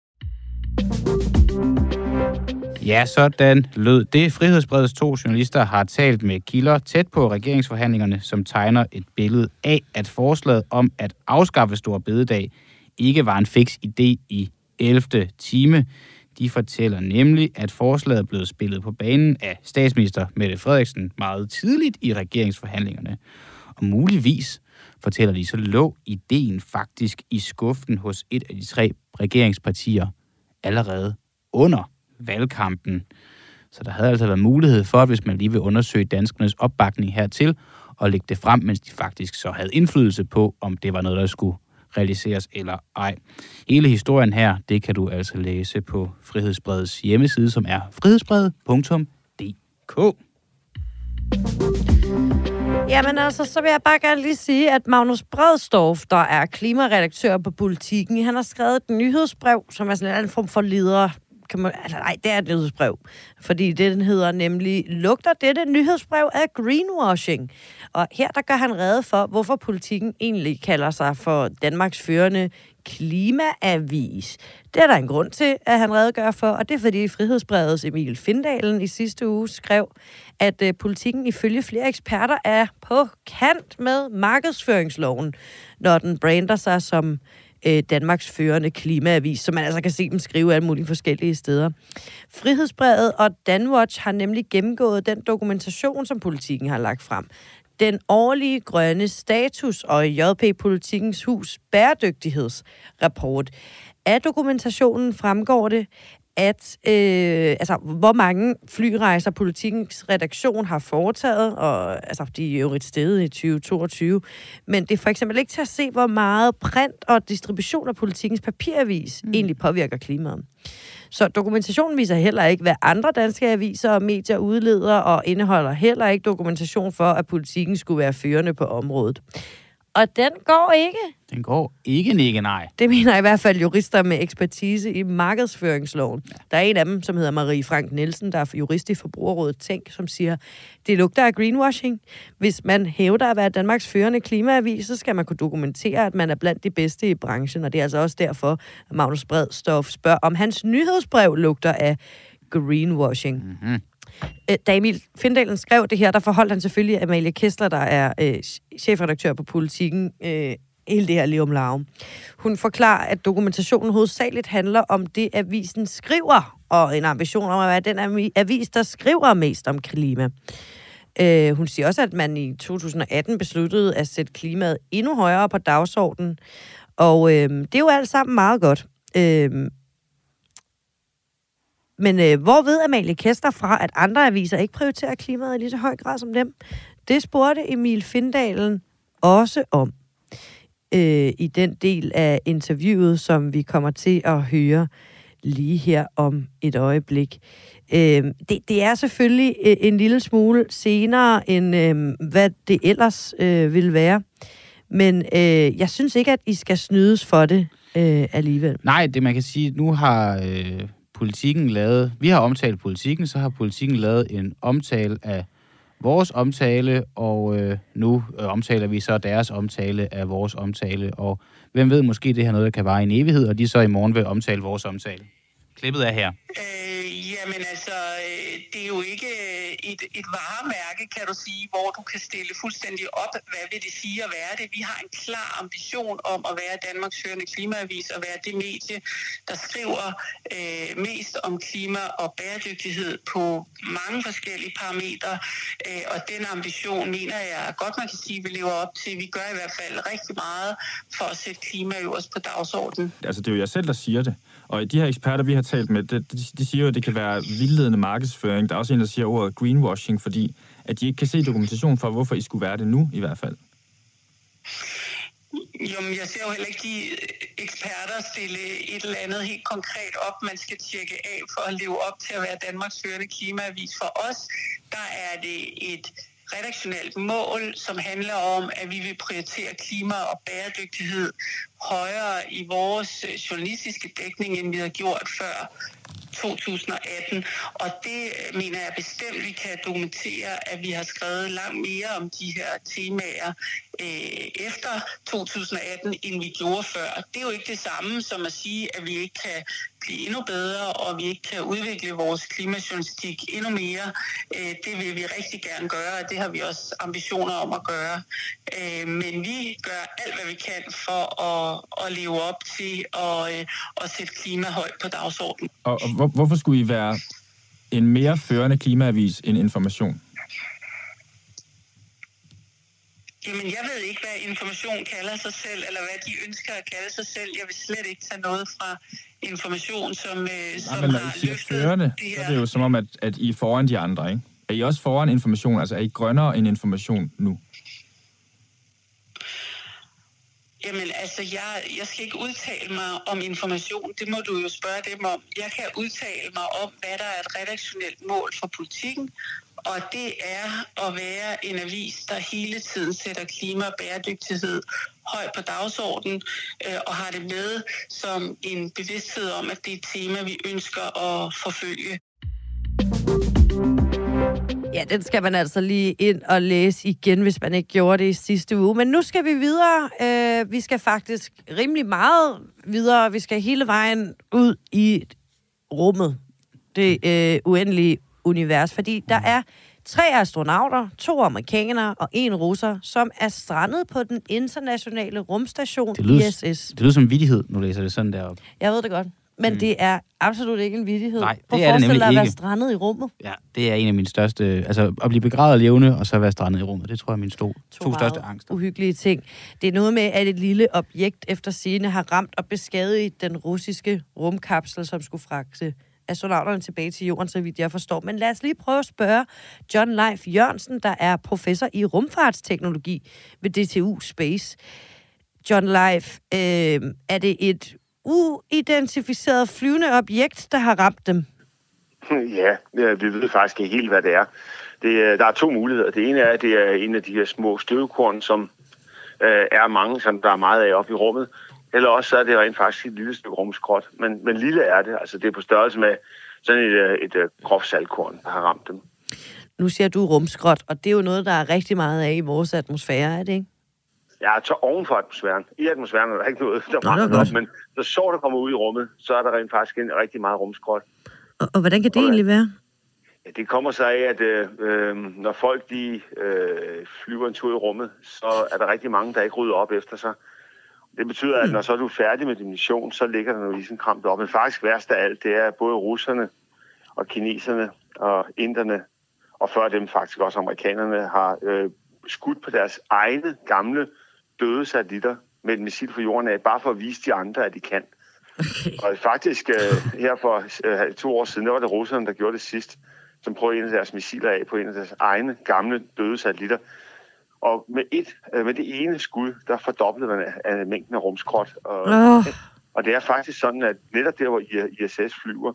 Ja, sådan lød det. Frihedsbredets 2 journalister har talt med kilder tæt på regeringsforhandlingerne, som tegner et billede af, at forslaget om at afskaffe Store Bededag ikke var en fiks idé i 11. time. De fortæller nemlig, at forslaget blev spillet på banen af statsminister Mette Frederiksen meget tidligt i regeringsforhandlingerne. Og muligvis, fortæller de, så lå ideen faktisk i skuffen hos et af de 3 regeringspartier allerede under valgkampen. Så der havde altså været mulighed for, hvis man lige vil undersøge danskernes opbakning hertil, og lægge det frem, mens de faktisk så havde indflydelse på, om det var noget, der skulle realiseres eller ej. Hele historien her, det kan du altså læse på Frihedsbredets hjemmeside, som er frihedsbredet.dk. Jamen altså, så vil jeg bare gerne lige sige, at Magnus Bredsdorff, der er klimaredaktør på Politiken, han har skrevet et nyhedsbrev, som er sådan en form for leder. Det er et nyhedsbrev, fordi den hedder nemlig, lugter dette nyhedsbrev af greenwashing? Og her der gør han rede for, hvorfor Politiken egentlig kalder sig for Danmarks førende klimaavis. Det er der en grund til, at han redegør for, og det er fordi Frihedsbredets Emil Findalen i sidste uge skrev, at Politiken ifølge flere eksperter er på kant med markedsføringsloven, når den brander sig som Danmarks førende klimaavis, så man altså kan se dem skrive alle mulige forskellige steder. Frihedsbrevet og Danwatch har nemlig gennemgået den dokumentation, som Politiken har lagt frem. Den årlige grønne status og JP Politikens Hus bæredygtighedsrapport. Af dokumentationen fremgår det, at hvor mange flyrejser Politikens redaktion har foretaget, og de er jo et sted i 2022, men det er for eksempel ikke til at se, hvor meget print og distribution af Politikens papiravis egentlig påvirker klimaet. Så dokumentationen viser heller ikke, hvad andre danske aviser og medier udleder, og indeholder heller ikke dokumentation for, at Politiken skulle være førende på området. Og den går ikke. Den går ikke, nej. Det mener i hvert fald jurister med ekspertise i markedsføringsloven. Ja. Der er en af dem, som hedder Marie Frank Nielsen, der er jurist i Forbrugerrådet Tænk, som siger, det lugter af greenwashing. Hvis man hævder at være Danmarks førende klimaavis, så skal man kunne dokumentere, at man er blandt de bedste i branchen. Og det er altså også derfor, at Magnus Bredsdorff spørger, om hans nyhedsbrev lugter af greenwashing. Mm-hmm. Da Emil Findalen skrev det her, der forholdt han selvfølgelig Amalie Kessler, der er chefredaktør på Politiken, hele det her liv om larve. Hun forklarer, at dokumentationen hovedsageligt handler om det, avisen skriver, og en ambition om at være den avis, der skriver mest om klima. Hun siger også, at man i 2018 besluttede at sætte klimaet endnu højere på dagsordenen, og det er jo alt sammen meget godt. Men hvor ved Amalie Kessler fra, at andre aviser ikke prioriterer klimaet i lige så høj grad som dem? Det spurgte Emil Findalen også om i den del af interviewet, som vi kommer til at høre lige her om et øjeblik. Det er selvfølgelig en lille smule senere, end hvad det ellers ville være. Men jeg synes ikke, at I skal snydes for det alligevel. Nej, det man kan sige, nu har Politiken lavet, vi har omtalt Politiken, så har Politiken lavet en omtale af vores omtale, og nu omtaler vi så deres omtale af vores omtale, og hvem ved, måske det her noget, der kan vare i en evighed, og de så i morgen vil omtale vores omtale. Klippet er her. Jamen altså, det er jo ikke et varemærke, kan du sige, hvor du kan stille fuldstændig op, hvad vil det sige at være det. Vi har en klar ambition om at være Danmarks førende klimaavis og være det medie, der skriver mest om klima og bæredygtighed på mange forskellige parametre. Og den ambition mener jeg godt, man kan sige, vi lever op til. Vi gør i hvert fald rigtig meget for at sætte klima øverst på dagsordenen. Altså, det er jo jer selv, der siger det. Og de her eksperter, vi har talt med, de siger jo, at det kan være vildledende markedsføring. Der er også en, der siger ordet greenwashing, fordi at de ikke kan se dokumentation for, hvorfor I skulle være det nu, i hvert fald. Jamen, jeg ser jo heller ikke de eksperter stille et eller andet helt konkret op, man skal tjekke af for at leve op til at være Danmarks førende klimaavis. For os, der er det et redaktionelt mål, som handler om, at vi vil prioritere klima og bæredygtighed højere i vores journalistiske dækning, end vi har gjort før 2018. Og det mener jeg bestemt, vi kan dokumentere, at vi har skrevet langt mere om de her temaer efter 2018, end vi gjorde før. Det er jo ikke det samme som at sige, at vi ikke kan blive endnu bedre, og vi ikke kan udvikle vores klimajournalistik endnu mere. Det vil vi rigtig gerne gøre, og det har vi også ambitioner om at gøre. Men vi gør alt, hvad vi kan for at leve op til at sætte klima højt på dagsordenen. Og hvorfor skulle I være en mere førende klimaavis end Information? Jamen, jeg ved ikke, hvad Information kalder sig selv, eller hvad de ønsker at kalde sig selv. Jeg vil slet ikke tage noget fra Information, som har løftet førende, det her. Så er det jo som om, at I er foran de andre, ikke? Er I også foran Information? Altså, er I grønnere end Information nu? Jamen, altså, jeg skal ikke udtale mig om Information. Det må du jo spørge dem om. Jeg kan udtale mig om, hvad der er et redaktionelt mål for politikken, og det er at være en avis, der hele tiden sætter klima og bæredygtighed højt på dagsordenen, og har det med som en bevidsthed om, at det er et tema, vi ønsker at forfølge. Ja, den skal man altså lige ind og læse igen, hvis man ikke gjorde det i sidste uge. Men nu skal vi videre. Vi skal faktisk rimelig meget videre. Vi skal hele vejen ud i rummet. Det uendelige univers. Fordi der er 3 astronauter, 2 amerikanere og 1 russer, som er strandet på den internationale rumstation ISS. Det lyder som en vittighed, nu læser det sådan deroppe. Jeg ved det godt. Men det er absolut ikke en vittighed. Nej, det er det nemlig ikke. At være strandet i rummet. Ja, det er en af mine største... Altså, at blive begravet levende, og så være strandet i rummet. Det tror jeg er mine to største angster. Uhyggelige ting. Det er noget med, at et lille objekt efter sigende har ramt og beskadiget den russiske rumkapsel, som skulle fragte astronauterne tilbage til jorden, så vidt jeg forstår. Men lad os lige prøve at spørge John Leif Jørgensen, der er professor i rumfartsteknologi ved DTU Space. John Leif, er det et uidentificeret flyvende objekt, der har ramt dem? Ja, vi ved faktisk ikke helt, hvad det er. Der er 2 muligheder. Det ene er, at det er en af de her små støvkorn, som er mange, som der er meget af oppe i rummet. Eller også så er det rent faktisk et lille stykke rumskrot. Men lille er det. Altså det er på størrelse med sådan et groft saltkorn, der har ramt dem. Nu siger du rumskrot, og det er jo noget, der er rigtig meget af i vores atmosfære, er det ikke? Ja, så oven for atmosfæren. I atmosfæren er der ikke noget, der brænder op, men så der kommer ud i rummet, så er der rent faktisk en rigtig meget rumskrot. Og hvordan kan det egentlig være? Ja, det kommer sig af, at når folk flyver en tur i rummet, så er der rigtig mange, der ikke rydder op efter sig. Det betyder, at når så er du færdig med din mission, så ligger der noget isenkram deroppe. Men faktisk værst af alt, det er både russerne og kineserne og inderne, og før dem faktisk også amerikanerne, har skudt på deres egne gamle døde satellitter med et missil fra jorden af, bare for at vise de andre, at de kan. Okay. Og faktisk her for 2 år siden, der var det russerne, der gjorde det sidst, som prøvede en af deres missiler af på en af deres egne gamle døde satellitter. Og med det ene skud, der fordoblede man af mængden af rumskrot. Og det er faktisk sådan, at netop der, hvor ISS flyver,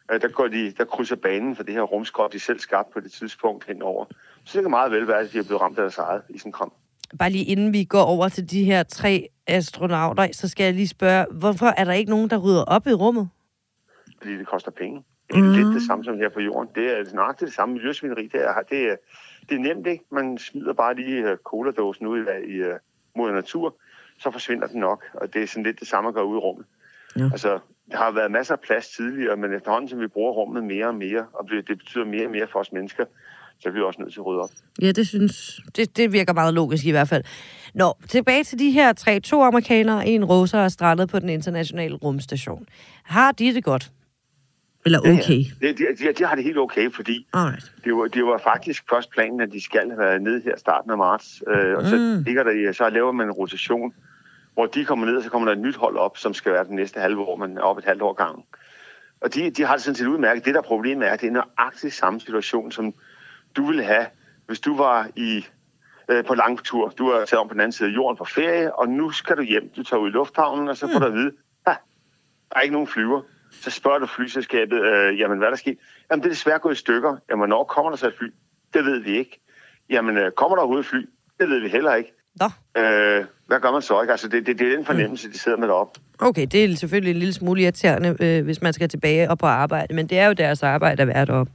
der krydser banen for det her rumskrot, de selv skabte på det tidspunkt henover. Så det kan meget vel være, at de er blevet ramt af deres eget isenkram. Bare lige inden vi går over til de her 3 astronauter, så skal jeg lige spørge, hvorfor er der ikke nogen, der rydder op i rummet? Fordi det koster penge. Det er lidt det samme som her på jorden. Det er nøjagtigt det samme miljøsvineri. Det er nemt, ikke? Man smider bare lige cola-dåsen ud i mod natur, så forsvinder den nok. Og det er sådan lidt det samme, at gøre ud i rummet. Ja. Altså, der har været masser af plads tidligere, men efterhånden, som vi bruger rummet mere og mere, og det betyder mere og mere for os mennesker, så er vi også nødt til at rydde op. Ja, det virker meget logisk i hvert fald. Nå, tilbage til de her 2 amerikanere og en russer er strandet på den internationale rumstation. Har de det godt? Eller okay? Ja, de har det helt okay, fordi det var faktisk først planen, at de skal have været nede her starten af marts. Og så laver man en rotation, hvor de kommer ned, og så kommer der et nyt hold op, som skal være den næste halve år, men op et halvt år gangen. Og de har det sådan set udmærket. Det der problem er, at det er nøjagtigt samme situation, som du ville have, hvis du var på langtur. Du er taget om på den anden side af jorden på ferie, og nu skal du hjem. Du tager ud i lufthavnen, og så får du at vide, der er ikke nogen flyver. Så spørger du flyselskabet, jamen hvad der sker? Jamen det er desværre gået i stykker. Jamen hvornår kommer der så et fly? Det ved vi ikke. Jamen kommer der overhovedet et fly? Det ved vi heller ikke. Hvad gør man så ikke? Altså det er den fornemmelse, de sidder med deroppe. Okay, det er selvfølgelig en lille smule irriterende, hvis man skal tilbage og på arbejde, men det er jo deres arbejde at være deroppe.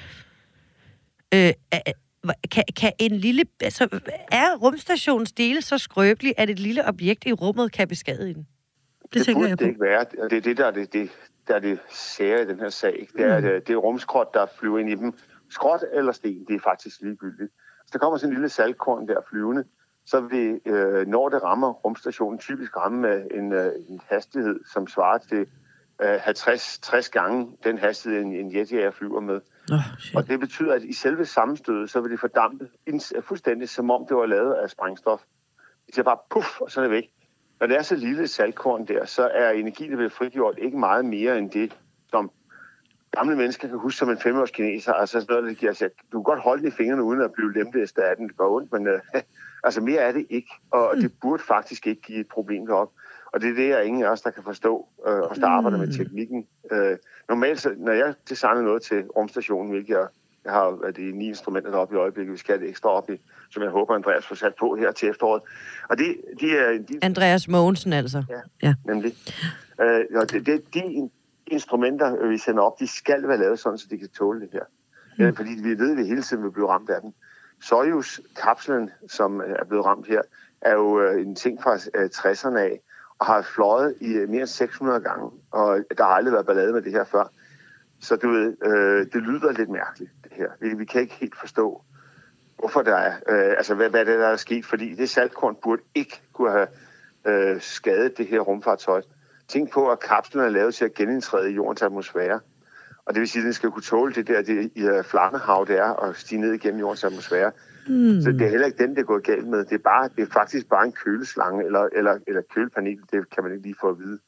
Kan en lille... Altså, er rumstationens dele så skrøbelig, at et lille objekt i rummet kan beskadige den? Det burde det ikke være. Det er det, der er det sære i den her sag. Det er rumskrot, der flyver ind i dem. Skrot eller sten, det er faktisk ligegyldigt. Så der kommer sådan en lille saltkorn der flyvende, så vil, når det rammer rumstationen, typisk ramme med en hastighed, som svarer til 50-60 gange den hastighed, en jetjager flyver med. Og det betyder, at i selve sammenstødet, så vil det fordampe fuldstændig, som om det var lavet af sprængstof. Det siger bare puff, og så er det væk. Når det er så lille saltkorn der, så er energi, der bliver frigjort, ikke meget mere end det, som gamle mennesker kan huske som en 5-års kineser. Altså sådan noget, der giver sig. Du kan godt holde den i fingrene, uden at blive lemlæst af den. Det går ondt, men altså mere er det ikke. Og det burde faktisk ikke give et problem deroppe. Og det er det, jeg ingen af os, der kan forstå, os der arbejder med teknikken. Normalt, så, når jeg designer noget til rumstationen, hvilket jeg har de 9 instrumenter deroppe i øjeblikket, vi skal have det ekstra op i, som jeg håber, Andreas får sat på her til efteråret. Og Andreas Mogensen altså. Ja. Nemlig. Og de instrumenter, vi sender op, de skal være lavet sådan, så de kan tåle det her. Fordi vi ved, at vi hele tiden vil blive ramt af den. Soyuz-kapslen, som er blevet ramt her, er jo en ting fra 60'erne af, og har fløjet i mere end 600 gange, og der har aldrig været ballade med det her før. Så du ved, det lyder lidt mærkeligt, det her. Vi kan ikke helt forstå, hvorfor der er, hvad det der er sket, fordi det saltkorn burde ikke kunne have skadet det her rumfartøj. Tænk på, at kapslen er lavet til at genindtræde i jordens atmosfære, og det vil sige, at den skal kunne tåle det flammehav, det er, og stige ned igennem jordens atmosfære. Så det er heller ikke den, det er gået galt med. Det er faktisk bare en køleslange, eller kølepanel, det kan man ikke lige få at vide.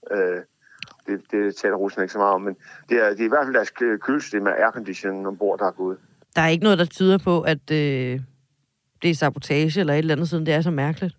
Det taler Rusland ikke så meget om, men det er i hvert fald deres kølesystem af airconditioning ombord, der er gået. Der er ikke noget, der tyder på, at det er sabotage eller et eller andet, siden det er så mærkeligt?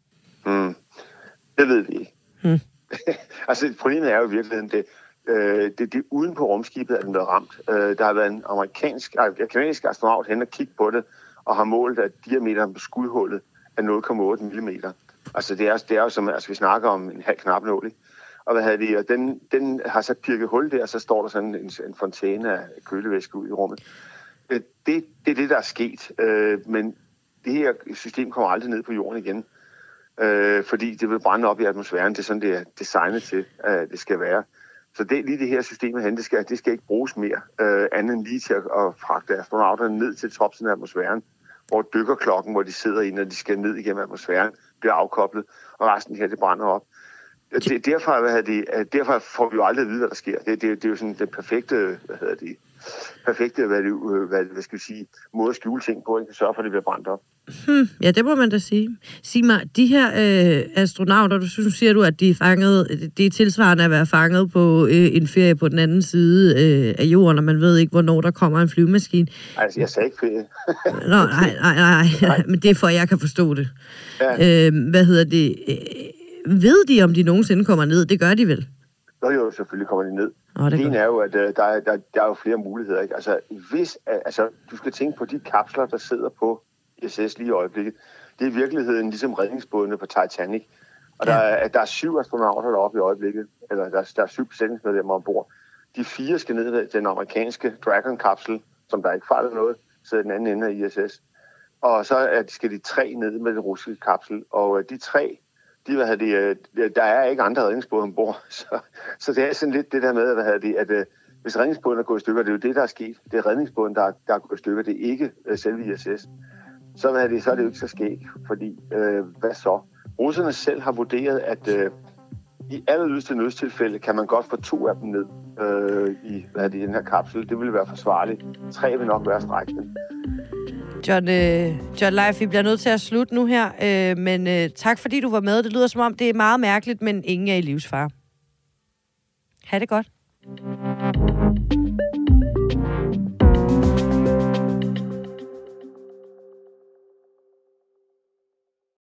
Det ved vi ikke. Altså, problemet er jo i virkeligheden, det er uden på rumskibet, at den er ramt. Der har været en kanadisk astronaut hen og kigge på det, og har målt, at diameteren på skudhullet er 0,8 mm. Altså, det er jo som, altså, vi snakker om en halv knapnål, ikke? Og den har så pirket hul der, og så står der sådan en fontæne af kølevæske ud i rummet. Det er det, der er sket. Men det her system kommer aldrig ned på jorden igen. Fordi det vil brænde op i atmosfæren. Det er sådan, det er designet til, at det skal være. Så lige det her system herhen, det skal ikke bruges mere, andet end lige til at fragte astronauterne ned til topsen af atmosfæren, hvor dykkerklokken, hvor de sidder i, når de skal ned igennem atmosfæren, bliver afkoblet, og resten her, det brænder op. Derfor får vi jo aldrig at vide, hvad der sker. Det er jo sådan det perfekte, hvad skal vi sige, måde at skjule ting på, ikke? At sørge for, at det bliver brændt op. Ja, det må man da sige. Sig mig, de her astronauter, siger at de er fanget, det er tilsvarende at være fanget på en ferie på den anden side af jorden, og man ved ikke, hvornår der kommer en flyvemaskine. Altså, jeg sagde ikke ferie. Nej, men det er for, at jeg kan forstå det. Ja. Ved de, om de nogensinde kommer ned? Det gør de vel? Jo, selvfølgelig kommer de ned. Det er jo, at der er jo flere muligheder. Ikke? Altså, du skal tænke på de kapsler, der sidder på ISS lige i øjeblikket. Det er i virkeligheden ligesom redningsbådene på Titanic. Og der er 7 astronauter deroppe i øjeblikket. Eller der er 7 besætningsmedlemmer ombord. De 4 skal ned i den amerikanske Dragon-kapsel, som der ikke fejler noget, sidder den anden ende af ISS. og så skal de 3 ned med den russiske kapsel. Og de 3, der er ikke andre redningsbåde ombord. Så det er sådan lidt det der med, at hvis redningsbåden er gået i stykker, det er jo det, der er sket. Det er redningsbåden, der er gået i stykker, det er ikke selve ISS. Så er det jo ikke så skægt, fordi hvad så? Russerne selv har vurderet, at i allerlyste nødstilfælde kan man godt få 2 af dem ned i den her kapsel. Det ville være forsvarligt. 3 vil nok være strækningen. John Leif, vi bliver nødt til at slutte nu her, men tak fordi du var med. Det lyder som om, det er meget mærkeligt, men ingen er i livsfare. Ha' det godt.